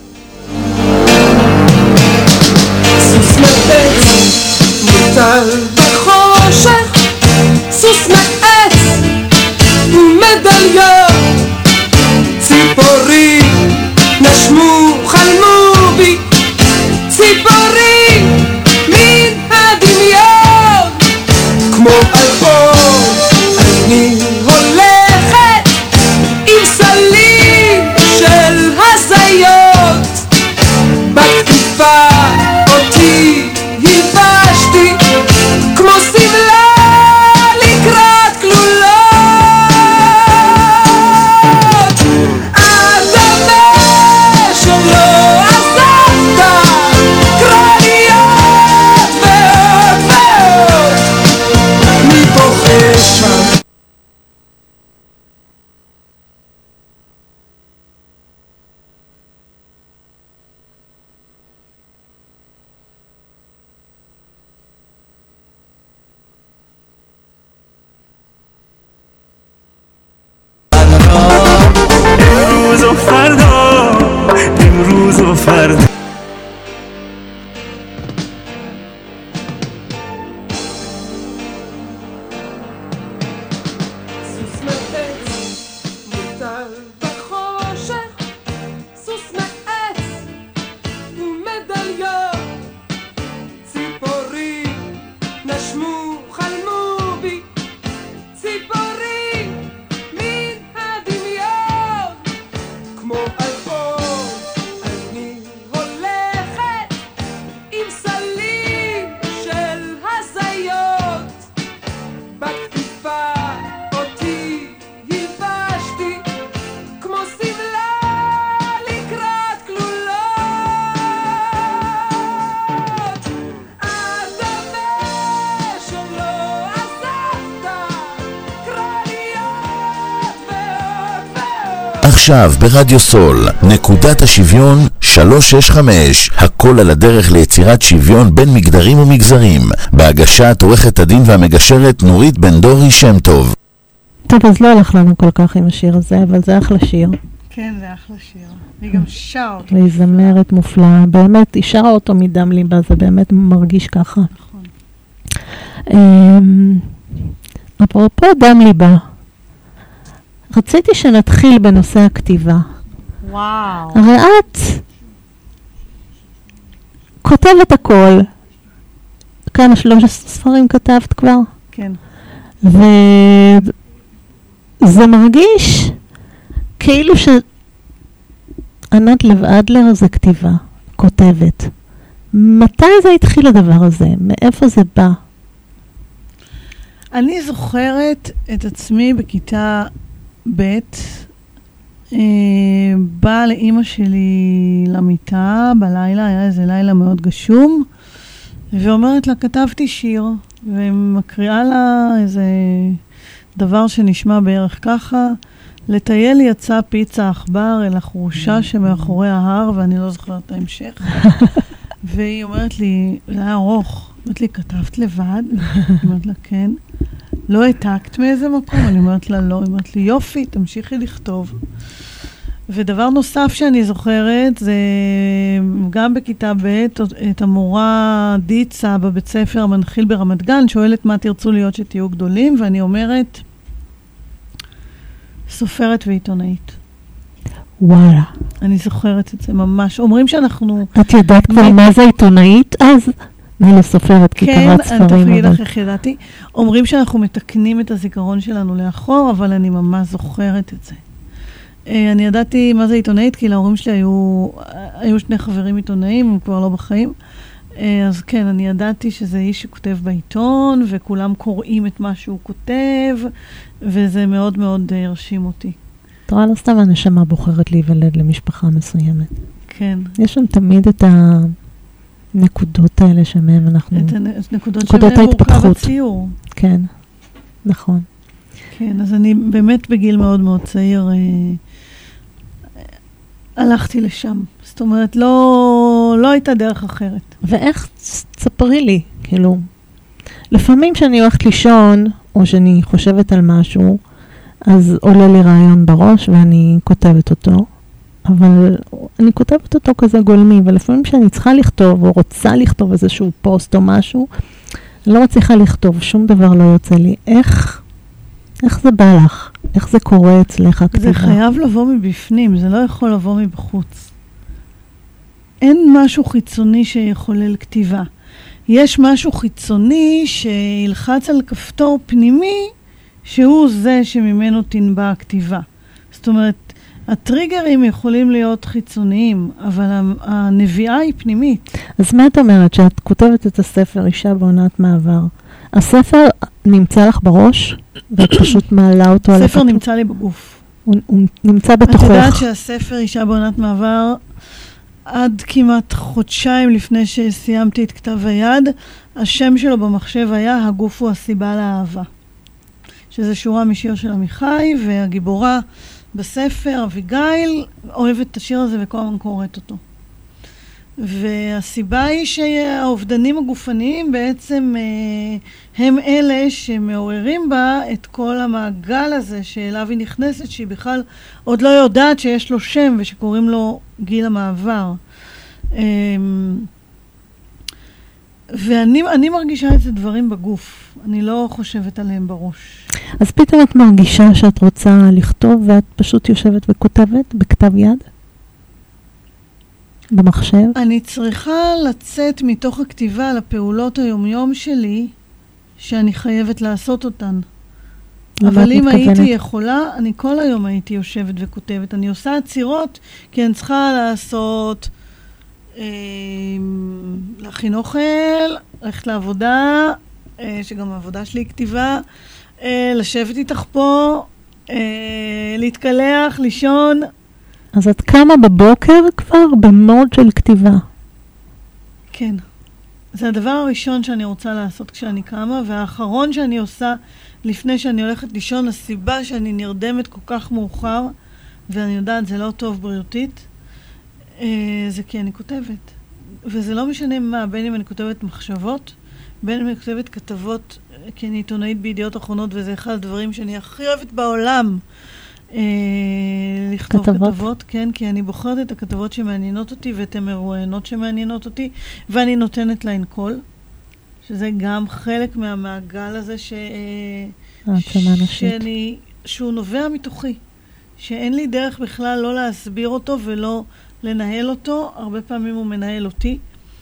סוס מעץ, מוטל בחושך, סוס מעץ ומדליות, ציפורים נשמו חלמו בי, ציפורים מן הדמיון, כמו אלפון אני הולכת עם סלים של הזיות, בכתיפה אותי הלבשתי עכשיו ברדיו סול, נקודת השוויון שלוש שש חמש, הכל על הדרך ליצירת שוויון בין מגדרים ומגזרים, בהגשת עורכת הדין והמגשרת נורית בן דורי שם טוב. טוב, אז לא הלך לנו כל כך עם השיר הזה, אבל זה אחלה שיר. כן, זה אחלה שיר. והיא גם שרה אותו. והיא זמרת מופלאה, באמת, היא שרה אותו מדם ליבה, זה באמת מרגיש ככה. נכון. אפרופו דם ליבה, רציתי שנתחיל בנושא הכתיבה. וואו. הרי את כותבת הכל. כמה שלוש ספרים כתבת כבר? כן. וזה מרגיש כאילו שענת לב אדלר זה כתיבה, כותבת. מתי זה התחיל הדבר הזה? מאיפה זה בא? אני זוכרת את עצמי בכיתה ב', אה, באה לאמא שלי למיטה בלילה, היה איזה לילה מאוד גשום, ואומרת לה, כתבתי שיר, ומקריאה לה איזה דבר שנשמע בערך ככה, לטייל יצא פיצה עכבר אל החורשה שמאחורי ההר, ואני לא זוכרת את ההמשך. והיא אומרת לי, זה היה ארוך, אומרת לי, כתבת לבד? היא אומרת לה, כן. לא העתקת מאיזה מקום? אני אומרת לה, לא. היא אומרת לי, יופי, תמשיכי לכתוב. ודבר נוסף שאני זוכרת, זה גם בכיתה ב', את המורה דיצה בבית ספר המנחיל ברמת גן, שואלת מה תרצו להיות שתהיו גדולים, ואני אומרת, סופרת ועיתונאית. וואלה. אני זוכרת את זה ממש. אומרים שאנחנו... את ידעת כבר מה זה עיתונאית אז? אני לא סופרת כי קראת ספרים. כן, אני תפגיד לך איך ידעתי. אומרים שאנחנו מתקנים את הזיכרון שלנו לאחור, אבל אני ממש זוכרת את זה. אני ידעתי מה זה עיתונאית, כי להורים שלי היו, היו שני חברים עיתונאים, הם כבר לא בחיים. אז כן, אני ידעתי שזה איש שכותב בעיתון, וכולם קוראים את מה שהוא כותב, וזה מאוד מאוד הרשים אותי. תראה, לא סתם הנשמה בוחרת להיוולד למשפחה מסוימת. כן. יש שם תמיד את הנקודות האלה שמהם אנחנו... את הנקודות שמהם מורכב הציור. כן, נכון. כן, אז אני באמת בגיל מאוד מאוד צעיר אה, הלכתי לשם. זאת אומרת, לא, לא הייתה דרך אחרת. ואיך, תספרי לי, כאילו, לפעמים שאני הולכת לישון, או שאני חושבת על משהו, אז עולה לי רעיון בראש ואני כותבת אותו, אבל אני כותבת אותו כזה גולמי, ולפעמים שאני צריכה לכתוב, או רוצה לכתוב איזשהו פוסט או משהו, אני לא מצליחה לכתוב, שום דבר לא יוצא לי. איך, איך זה בא לך? איך זה קורה אצלך הכתיבה? זה חייב לבוא מבפנים, זה לא יכול לבוא מבחוץ. אין משהו חיצוני שיכולל כתיבה. יש משהו חיצוני שילחץ על כפתור פנימי, שהוא זה שממנו תנבע הכתיבה. זאת אומרת, הטריגרים יכולים להיות חיצוניים, אבל הנביאה היא פנימית. אז מה את אומרת? שאת כותבת את הספר אישה בעונת מעבר. הספר נמצא לך בראש, ואת פשוט מעלה אותו על... הספר נמצא לי בגוף. הוא, הוא נמצא בתוכך. את יודעת שהספר אישה בעונת מעבר, עד כמעט חודשיים לפני שסיימתי את כתב היד, השם שלו במחשב היה, הגוף הוא הסיבה לאהבה. שזה שורה משיר של עמיחי, והגיבורה בספר, אביגיל, אוהבת את השיר הזה וכל הזמן קוראת אותו. והסיבה היא שהאובדנים הגופניים בעצם אה, הם אלה שמעוררים בה את כל המעגל הזה שאליו היא נכנסת, שהיא בכלל עוד לא יודעת שיש לו שם ושקוראים לו גיל המעבר. אה, ואני אני מרגישה את זה דברים בגוף, אני לא חושבת עליהם בראש. אז פתאום את מרגישה שאת רוצה לכתוב ואת פשוט יושבת וכותבת בכתב יד? במחשב? אני צריכה לצאת מתוך הכתיבה לפעולות היומיום שלי, שאני חייבת לעשות אותן. אבל אם הייתי יכולה, אני כל היום הייתי יושבת וכותבת. אני עושה עצירות, כי אני צריכה לעשות, אה, להכין אוכל, ללכת לעבודה, אה, שגם העבודה שלי היא כתיבה, אה, לשבת איתך פה, אה, להתקלח, לישון. אז את קמה בבוקר כבר במוד של כתיבה. כן. זה הדבר הראשון שאני רוצה לעשות כשאני קמה, והאחרון שאני עושה לפני שאני הולכת לישון, הסיבה שאני נרדמת כל כך מאוחר, ואני יודעת, זה לא טוב בריאותית, זה כי אני כותבת. וזה לא משנה מה, בין אם אני כותבת מחשבות, בין אם אני כותבת כתבות, כי אני עיתונאית בידיעות אחרונות, וזה אחד הדברים שאני הכי אוהבת בעולם, אה, לכתוב כתבות. כתבות, כן, כי אני בוחרת את הכתבות שמעניינות אותי, ואת המרואיינות שמעניינות אותי, ואני נותנת להן קול, שזה גם חלק מהמעגל הזה ש... שאני, שהוא נובע מתוכי, שאין לי דרך בכלל לא להסביר אותו ולא לנהל אותו, הרבה פעמים הוא מנהל אותי.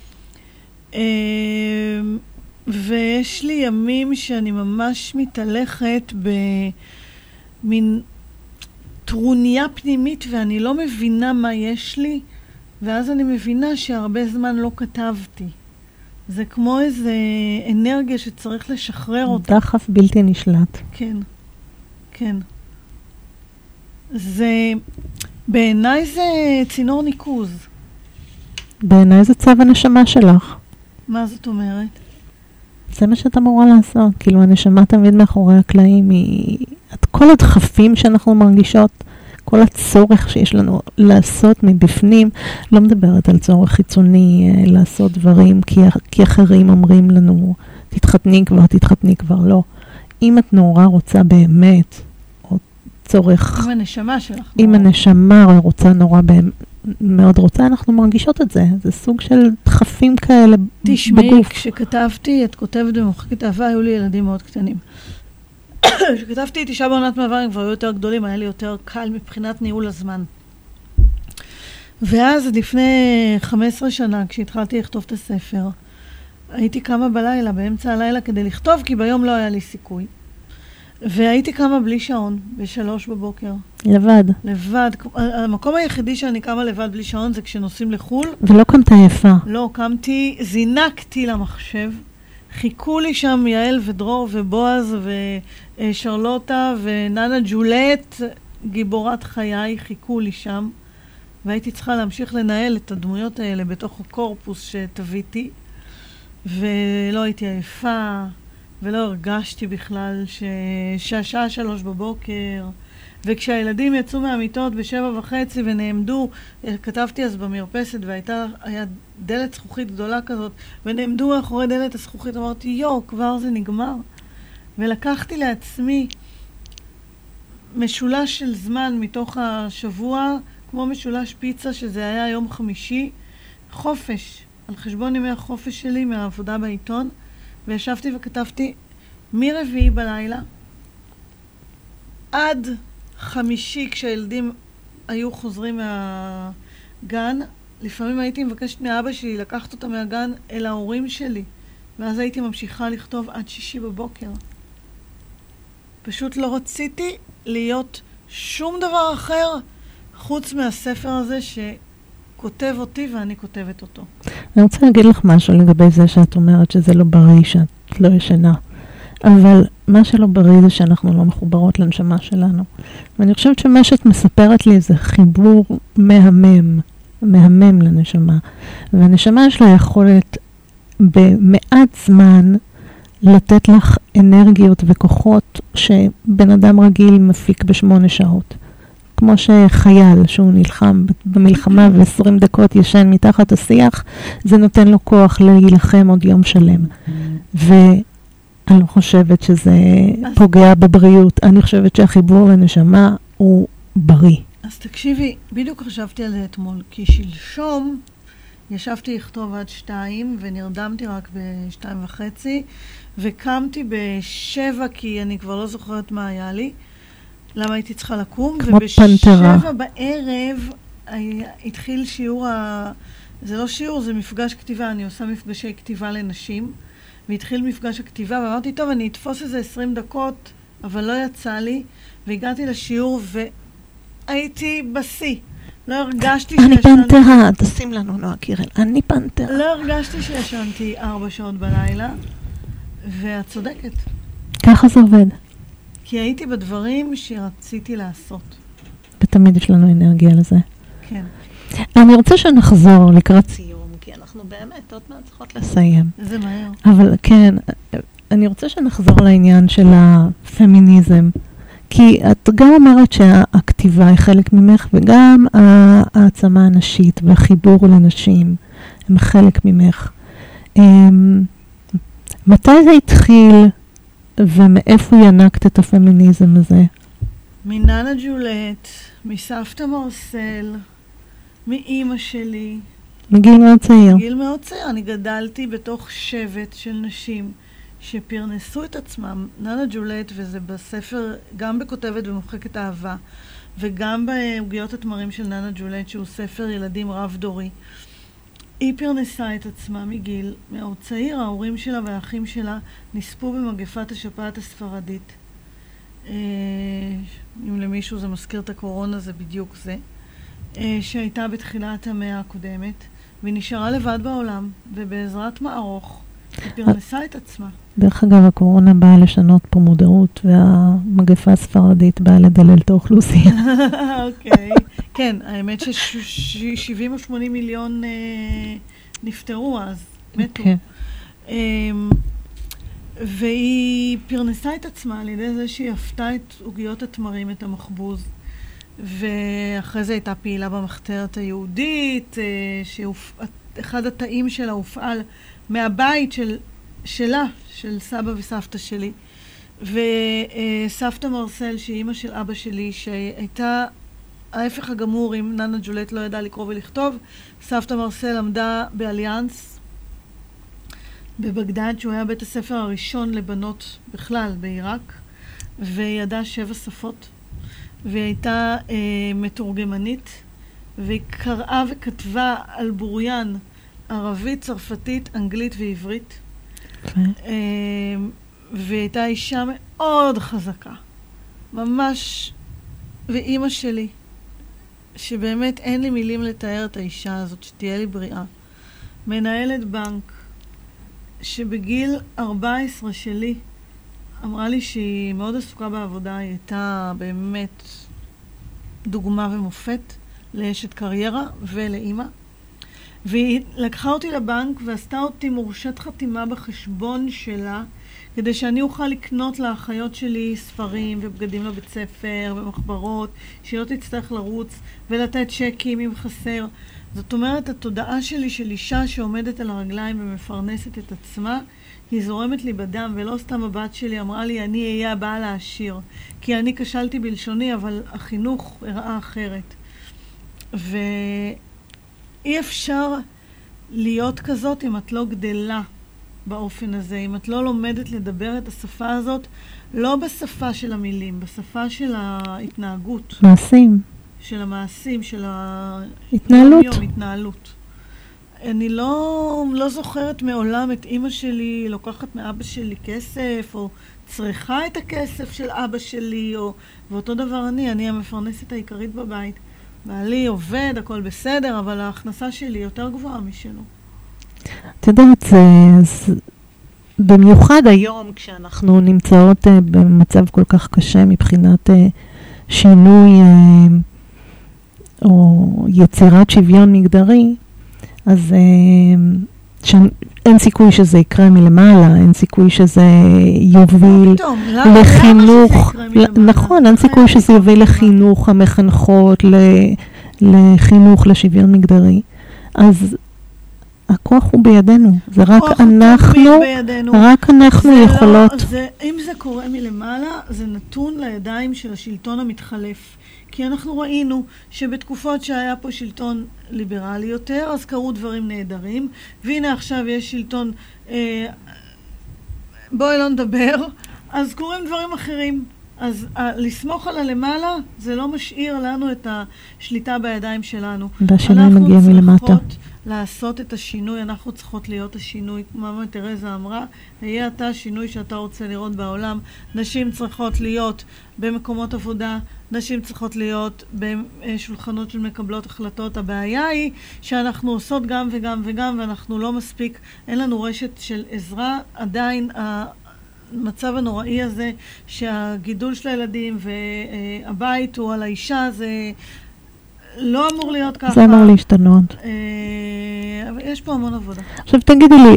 ויש לי ימים שאני ממש מתהלכת במין טרוניה פנימית ואני לא מבינה מה יש לי, ואז אני מבינה שהרבה זמן לא כתבתי. זה כמו איזה אנרגיה שצריך לשחרר אותה. דחף בלתי נשלט. כן, כן. זה, בעיניי זה צינור ניקוז. בעיניי זה צו הנשמה שלך. מה זאת אומרת? זה מה שאת אמורה לעשות. כאילו הנשמה תמיד מאחורי הקלעים היא... את כל הדחפים שאנחנו מרגישות, כל הצורך שיש לנו לעשות מבפנים, לא מדברת על צורך חיצוני לעשות דברים, כי, כי אחרים אומרים לנו, תתחתני כבר, תתחתני כבר, לא. אם את נורא רוצה באמת, או צורך... עם הנשמה שלך. אם נורא. הנשמה רוצה נורא באמת, מאוד רוצה, אנחנו מרגישות את זה. זה סוג של דחפים כאלה תשמעי, בגוף. תשמעי, כשכתבתי, את כותבת במוחקת אהבה, היו לי ילדים מאוד קטנים. כשכתבתי את אישה בעונת מעבר, הם כבר היו יותר גדולים, היה לי יותר קל מבחינת ניהול הזמן. ואז לפני חמש עשרה שנה, כשהתחלתי לכתוב את הספר, הייתי קמה בלילה, באמצע הלילה כדי לכתוב, כי ביום לא היה לי סיכוי. והייתי קמה בלי שעון, בשלוש בבוקר. לבד. לבד. המקום היחידי שאני קמה לבד בלי שעון זה כשנוסעים לחול. ולא קמת יפה. לא, קמתי, זינקתי למחשב. חיכו לי שם יעל ודרור ובועז ושרלוטה וננה ג'ולט, גיבורת חיי, חיכו לי שם. והייתי צריכה להמשיך לנהל את הדמויות האלה בתוך הקורפוס שתביתי. ולא הייתי עייפה. ולא הרגשתי בכלל שהשעה שלוש בבוקר, וכשהילדים יצאו מהמיטות בשבע וחצי ונעמדו, כתבתי אז במרפסת והייתה היה דלת זכוכית גדולה כזאת, ונעמדו מאחורי דלת הזכוכית, אמרתי, יו, כבר זה נגמר. ולקחתי לעצמי משולש של זמן מתוך השבוע, כמו משולש פיצה שזה היה יום חמישי, חופש, על חשבון ימי החופש שלי מהעבודה בעיתון, וישבתי וכתבתי מרביעי בלילה עד חמישי כשהילדים היו חוזרים מהגן. לפעמים הייתי מבקשת מאבא שלי לקחת אותה מהגן אל ההורים שלי, ואז הייתי ממשיכה לכתוב עד שישי בבוקר. פשוט לא רציתי להיות שום דבר אחר חוץ מהספר הזה שכותב אותי ואני כותבת אותו. אני רוצה להגיד לך משהו לגבי זה שאת אומרת שזה לא בריא, שאת לא ישנה. אבל מה שלא בריא זה שאנחנו לא מחוברות לנשמה שלנו. ואני חושבת שמה שאת מספרת לי זה חיבור מהמם, מהמם לנשמה. והנשמה יש לה יכולת במעט זמן לתת לך אנרגיות וכוחות שבן אדם רגיל מפיק בשמונה שעות. כמו שחייל שהוא נלחם במלחמה ו-עשרים דקות ישן מתחת השיח, זה נותן לו כוח להילחם עוד יום שלם. ואני לא חושבת שזה פוגע בבריאות. אני חושבת שהחיבור לנשמה הוא בריא. אז תקשיבי, בדיוק חשבתי על זה אתמול, כי שלשום ישבתי לכתוב עד שתיים ונרדמתי רק בשתיים וחצי, וקמתי בשבע כי אני כבר לא זוכרת מה היה לי. למה הייתי צריכה לקום? כמו פנטרה. ובשבע בערב התחיל שיעור, ה... זה לא שיעור, זה מפגש כתיבה, אני עושה מפגשי כתיבה לנשים, והתחיל מפגש הכתיבה, ואמרתי, טוב, אני אתפוס איזה עשרים דקות, אבל לא יצא לי, והגעתי לשיעור והייתי בשיא. לא הרגשתי אני פנטרה, תשים לנו נועה קירל, אני פנטרה. לא הרגשתי שישנתי ארבע שעות בלילה, ואת צודקת. ככה זה עובד. כי הייתי בדברים שרציתי לעשות. ותמיד יש לנו אנרגיה לזה. כן. אני רוצה שנחזור לקראת סיום, כי אנחנו באמת עוד מעט צריכות לסיים. זה מהר. אבל כן, אני רוצה שנחזור לעניין של הפמיניזם, כי את גם אומרת שהכתיבה היא חלק ממך, וגם העצמה הנשית והחיבור לנשים הם חלק ממך. מתי זה התחיל ומאיפה ינקת את הפמיניזם הזה? מננה ג'ולט, מסבתא מרסל, מאימא שלי. מגיל מאוד צעיר. מגיל מאוד צעיר. אני גדלתי בתוך שבט של נשים שפרנסו את עצמם. ננה ג'ולט, וזה בספר, גם בכותבת ומוחקת אהבה, וגם בעוגיות התמרים של ננה ג'ולט, שהוא ספר ילדים רב דורי. היא פרנסה את עצמה מגיל מאוד צעיר. ההורים שלה והאחים שלה נספו במגפת השפעת הספרדית. אם למישהו זה מזכיר את הקורונה, זה בדיוק זה. שהייתה בתחילת המאה הקודמת, והיא נשארה לבד בעולם, ובעזרת מערוך, היא פרנסה את עצמה. דרך אגב, הקורונה באה לשנות פה מודעות, והמגפה הספרדית באה לדלל את האוכלוסייה. אוקיי. כן, האמת ש-שבעים או שמונים מיליון נפטרו אז, מתו. והיא פרנסה את עצמה על ידי זה שהיא הפתה את עוגיות התמרים, את המחבוז. ואחרי זה הייתה פעילה במחתרת היהודית, שאחד התאים שלה הופעל מהבית של, שלה, של סבא וסבתא שלי. וסבתא מרסל, שהיא אימא של אבא שלי, שהייתה ההפך הגמור, אם ננה ג'ולט לא ידעה לקרוא ולכתוב, סבתא מרסל עמדה באליאנס בבגדד, שהוא היה בית הספר הראשון לבנות בכלל בעיראק, והיא ידעה שבע שפות. והיא הייתה אה, מתורגמנית, והיא קראה וכתבה על בוריין ערבית, צרפתית, אנגלית ועברית. Okay. אה, והיא הייתה אישה מאוד חזקה. ממש, ואימא שלי, שבאמת אין לי מילים לתאר את האישה הזאת, שתהיה לי בריאה. מנהלת בנק, שבגיל ארבע עשרה שלי, אמרה לי שהיא מאוד עסוקה בעבודה, היא הייתה באמת דוגמה ומופת לאשת קריירה ולאימא. והיא לקחה אותי לבנק ועשתה אותי מורשת חתימה בחשבון שלה, כדי שאני אוכל לקנות לאחיות שלי ספרים ובגדים לבית ספר ומחברות, שהיא לא תצטרך לרוץ ולתת צ'קים אם חסר. זאת אומרת, התודעה שלי של אישה שעומדת על הרגליים ומפרנסת את עצמה, היא זורמת לי בדם, ולא סתם הבת שלי אמרה לי, אני אהיה הבאה לעשיר. כי אני כשלתי בלשוני, אבל החינוך הראה אחרת. ואי אפשר להיות כזאת אם את לא גדלה באופן הזה, אם את לא לומדת לדבר את השפה הזאת, לא בשפה של המילים, בשפה של ההתנהגות. מעשים. של המעשים, של ההתנהלות. יום, התנהלות. אני לא, לא זוכרת מעולם את אמא שלי לוקחת מאבא שלי כסף, או צריכה את הכסף של אבא שלי, או, ואותו דבר אני, אני המפרנסת העיקרית בבית. בעלי עובד, הכל בסדר, אבל ההכנסה שלי יותר גבוהה משלו. את יודעת, זה, זה, במיוחד היום, כשאנחנו נמצאות uh, במצב כל כך קשה מבחינת uh, שינוי uh, או יצירת שוויון מגדרי, אז uh, ש... אין סיכוי שזה יקרה מלמעלה, אין סיכוי שזה יוביל לחינוך, נכון, אין סיכוי שזה יוביל לחינוך המחנכות, לחינוך לשוויון מגדרי. אז הכוח הוא בידינו, זה רק אנחנו, רק אנחנו יכולות. אם זה קורה מלמעלה, זה נתון לידיים של השלטון המתחלף. כי אנחנו ראינו שבתקופות שהיה פה שלטון ליברלי יותר, אז קרו דברים נהדרים, והנה עכשיו יש שלטון, אה, בואי לא נדבר, אז קורים דברים אחרים. אז ה- לסמוך על הלמעלה, זה לא משאיר לנו את השליטה בידיים שלנו. והשינוי מגיע מלמטה. אנחנו צריכות לעשות את השינוי, אנחנו צריכות להיות השינוי. מאמא תרזה אמרה, היה אתה השינוי שאתה רוצה לראות בעולם. נשים צריכות להיות במקומות עבודה, נשים צריכות להיות בשולחנות של מקבלות החלטות. הבעיה היא שאנחנו עושות גם וגם וגם, ואנחנו לא מספיק, אין לנו רשת של עזרה. עדיין המצב הנוראי הזה שהגידול של הילדים והבית הוא על האישה, זה לא אמור להיות ככה. זה אמור להשתנות. אבל יש פה המון עבודה. עכשיו תגידי לי,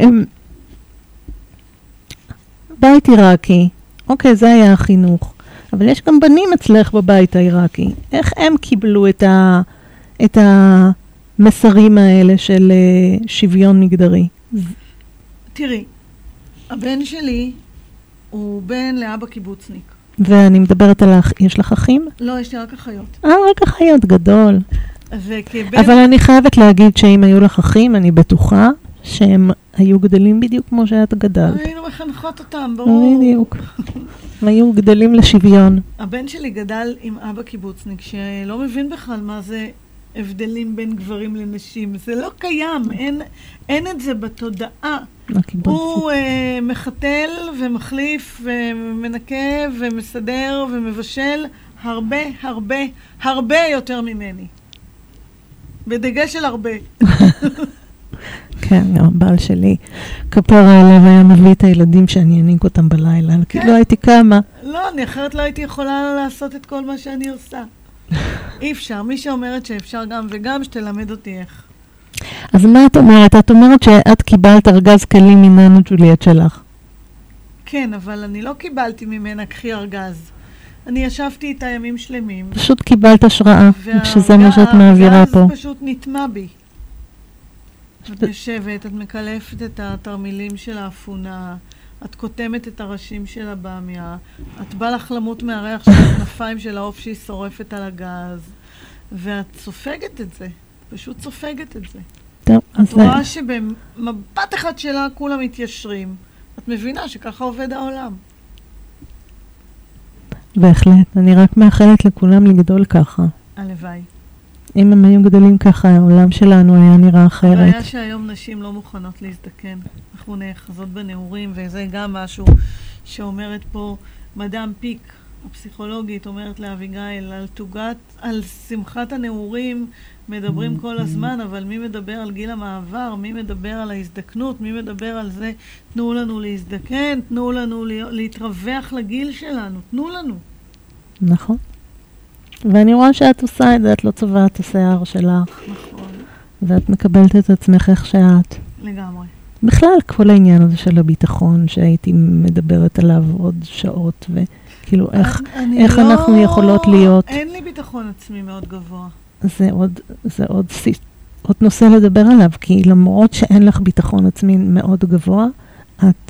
בית עיראקי, אוקיי, זה היה החינוך. אבל יש גם בנים אצלך בבית העיראקי. איך הם קיבלו את, ה, את המסרים האלה של uh, שוויון מגדרי? תראי, הבן שלי הוא בן לאבא קיבוצניק. ואני מדברת על האח... יש לך אחים? לא, יש לי רק אחיות. אה, רק אחיות, גדול. וכבן... אבל אני חייבת להגיד שאם היו לך אחים, אני בטוחה שהם היו גדלים בדיוק כמו שאת גדלת. היינו מחנכות אותם, ברור. בדיוק. הם היו גדלים לשוויון. הבן שלי גדל עם אבא קיבוצניק, שלא מבין בכלל מה זה הבדלים בין גברים לנשים. זה לא קיים, אין, אין את זה בתודעה. הוא uh, מחתל ומחליף ומנקה ומסדר ומבשל הרבה, הרבה, הרבה יותר ממני. בדגש של הרבה. כן, הבעל שלי, כפרה עליו, היה מביא את הילדים שאני אניק אותם בלילה, כי לא הייתי קמה. לא, אני אחרת לא הייתי יכולה לעשות את כל מה שאני עושה. אי אפשר, מי שאומרת שאפשר גם וגם, שתלמד אותי איך. אז מה את אומרת? את אומרת שאת קיבלת ארגז כלים מננו ג'וליאט שלך. כן, אבל אני לא קיבלתי ממנה קחי ארגז. אני ישבתי איתה ימים שלמים. פשוט קיבלת השראה, שזה מה שאת מעבירה פה. והארגז פשוט נטמע בי. את יושבת, את מקלפת את התרמילים של האפונה, את כותמת את הראשים של הבאמיה, את בא לך למות מהריח של הכנפיים של העוף שהיא שורפת על הגז, ואת סופגת את זה, פשוט סופגת את זה. טוב, אז את רואה שבמבט אחד שלה כולם מתיישרים. את מבינה שככה עובד העולם. בהחלט, אני רק מאחלת לכולם לגדול ככה. הלוואי. אם הם היו גדלים ככה, העולם שלנו היה נראה אחרת. הבעיה שהיום נשים לא מוכנות להזדקן. אנחנו נאחזות בנעורים, וזה גם משהו שאומרת פה מדאם פיק, הפסיכולוגית, אומרת לאביגיל, על תוגת, על שמחת הנעורים מדברים כל הזמן, אבל מי מדבר על גיל המעבר? מי מדבר על ההזדקנות? מי מדבר על זה? תנו לנו להזדקן, תנו לנו להתרווח לגיל שלנו, תנו לנו. נכון. ואני רואה שאת עושה את זה, את לא צובעת את השיער שלך. נכון. ואת מקבלת את עצמך איך שאת. לגמרי. בכלל, כל העניין הזה של הביטחון שהייתי מדברת עליו עוד שעות, וכאילו איך, איך לא, אנחנו יכולות להיות... אין לי ביטחון עצמי מאוד גבוה. זה עוד, זה עוד, עוד נושא לדבר עליו, כי למרות שאין לך ביטחון עצמי מאוד גבוה, את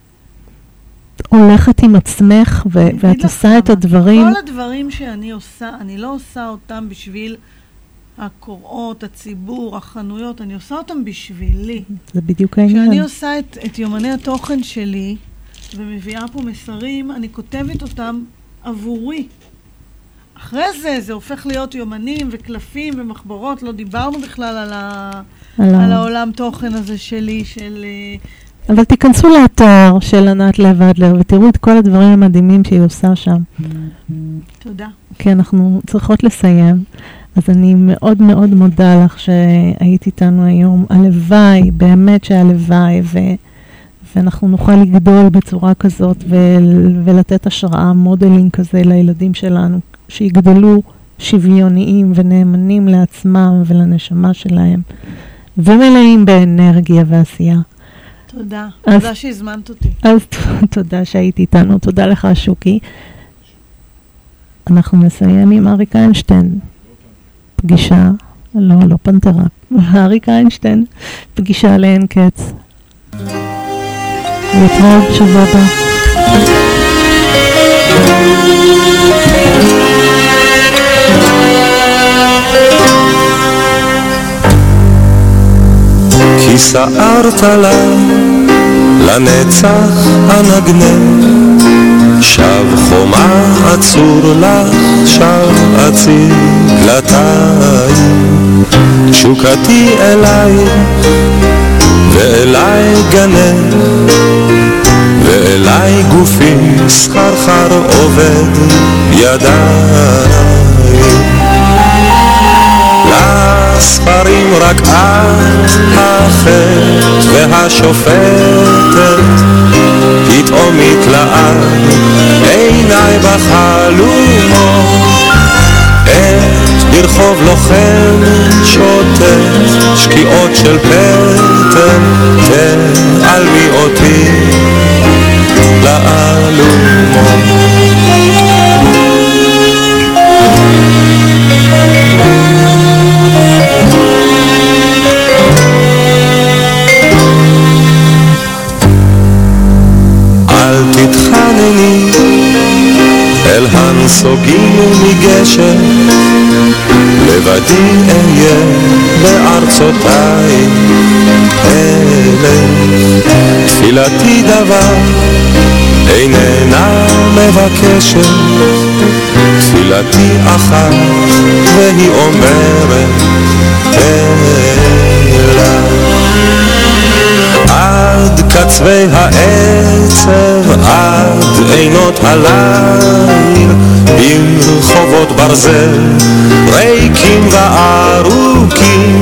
הולכת עם עצמך, ו- ואת עושה את הדברים... כל הדברים שאני עושה, אני לא עושה אותם בשביל הקוראות, הציבור, החנויות, אני עושה אותם בשבילי. זה בדיוק העניין. כשאני עושה את, את יומני התוכן שלי, ומביאה פה מסרים, אני כותבת אותם עבורי. אחרי זה, זה הופך להיות יומנים וקלפים ומחברות, לא דיברנו בכלל על, ה... על, על העולם תוכן הזה שלי, של... אבל תיכנסו לאתר של ענת לב אדלר ותראו את כל הדברים המדהימים שהיא עושה שם. תודה. כי אנחנו צריכות לסיים. אז אני מאוד מאוד מודה לך שהיית איתנו היום. הלוואי, באמת שהלוואי, ו... ואנחנו נוכל לגדול בצורה כזאת ו- ולתת השראה, מודלינג כזה לילדים שלנו, שיגדלו שוויוניים ונאמנים לעצמם ולנשמה שלהם, ומלאים באנרגיה ועשייה. תודה. אז, תודה שהזמנת אותי. אז תודה שהיית איתנו. תודה לך, שוקי. אנחנו נסיים עם אריק איינשטיין. פגישה, לא, לא פנתרה. אריק איינשטיין, פגישה לאין קץ. להתראות בשבוע הבא. כי סערת לה לנצח הנגנב, שב חומה עצור לך, שב עציר דלתיים, תשוקתי אלייך ואליי גנב, ואליי גופי סחרחר עובד ידיי. לספרים רק את החטא והשופטת, פתאום התלאה עיניי בחלומות, עת ברחוב לוחם שוטט, שקיעות של פטל, תעלמי אותי לאלומות. נסוגים מגשם, לבדי אהיה בארצותיי אלה. תפילתי דבר איננה מבקשת, תפילתי אחת והיא אומרת אלה. עד קצווי העצב, עד עינות הליל, ברחובות ברזל ריקים וארוכים,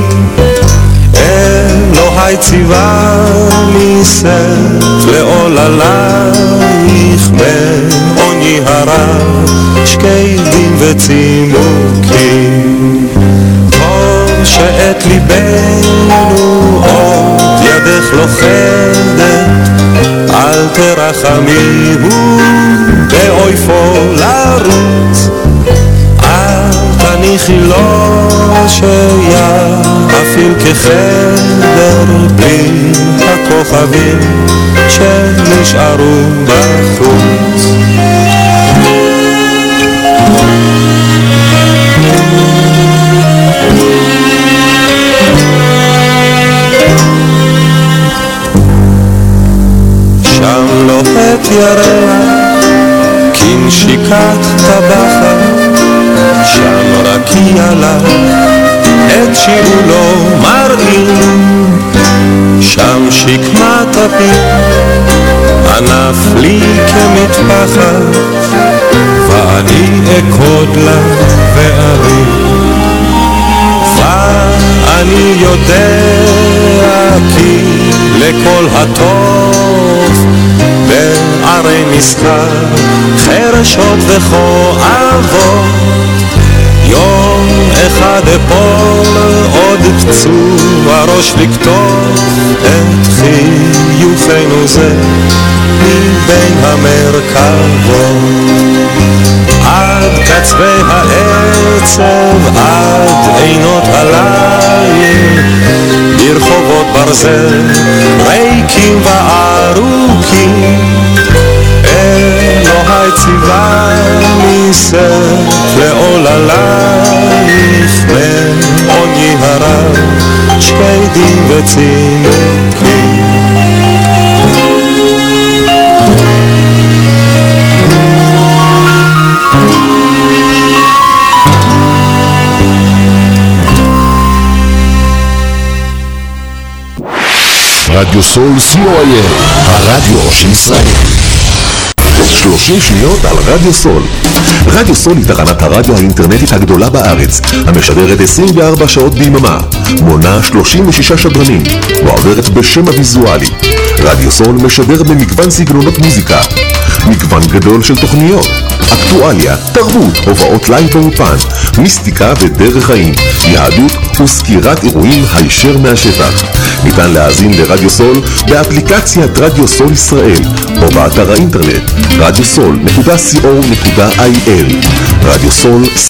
אלוהי ציווני שאת לעוללייך, מעוני הרב שקדים וצימוקים. כל שאת ליבנו עוד ידך לוחדת, אל תרחמיהו באויפו לרוץ, אל תניחי לו שיפעיל כחדר בלי הכוכבים שנשארו בחוץ. שם לוהט ירח כנשיקת טבחת, שם רקיע לך את שיעולו מראים, שם שקמת הפיר ענף לי כמטפחת, ואני אקוד לה וארים. ואני יודע כי לכל הטוב בערי מסחר חרשות וכואבות, יום אחד אפול עוד פצוע ראש לקטוף את חיוכנו זה מבין המרכבות. עד קצווי העצב, עד עינות הליל, ברחובות ברזל ריקים וארוכים, אלוהי ציווני שאת לעוללייך, מעוני הרב שקדים וצימוקים. רדיו סול סי או איי, הרדיו של ישראל. שלושים שניות על רדיו סול. רדיו סול היא תחנת הרדיו האינטרנטית הגדולה בארץ, המשדרת עשרים וארבע שעות ביממה, מונה שלושים ושישה שדרנים, ועוברת בשם הוויזואלי. רדיו סול משדר במגוון סגנונות מוזיקה, מגוון גדול של תוכניות, אקטואליה, תרבות, הובאות לייב באופן, מיסטיקה ודרך חיים, יהדות וסקירת אירועים הישר מהשטח. ניתן להאזין לרדיו סול באפליקציית רדיו סול ישראל או באתר האינטרנט רדיו סול נקודה סי או נקודה איי אל. רדיו סול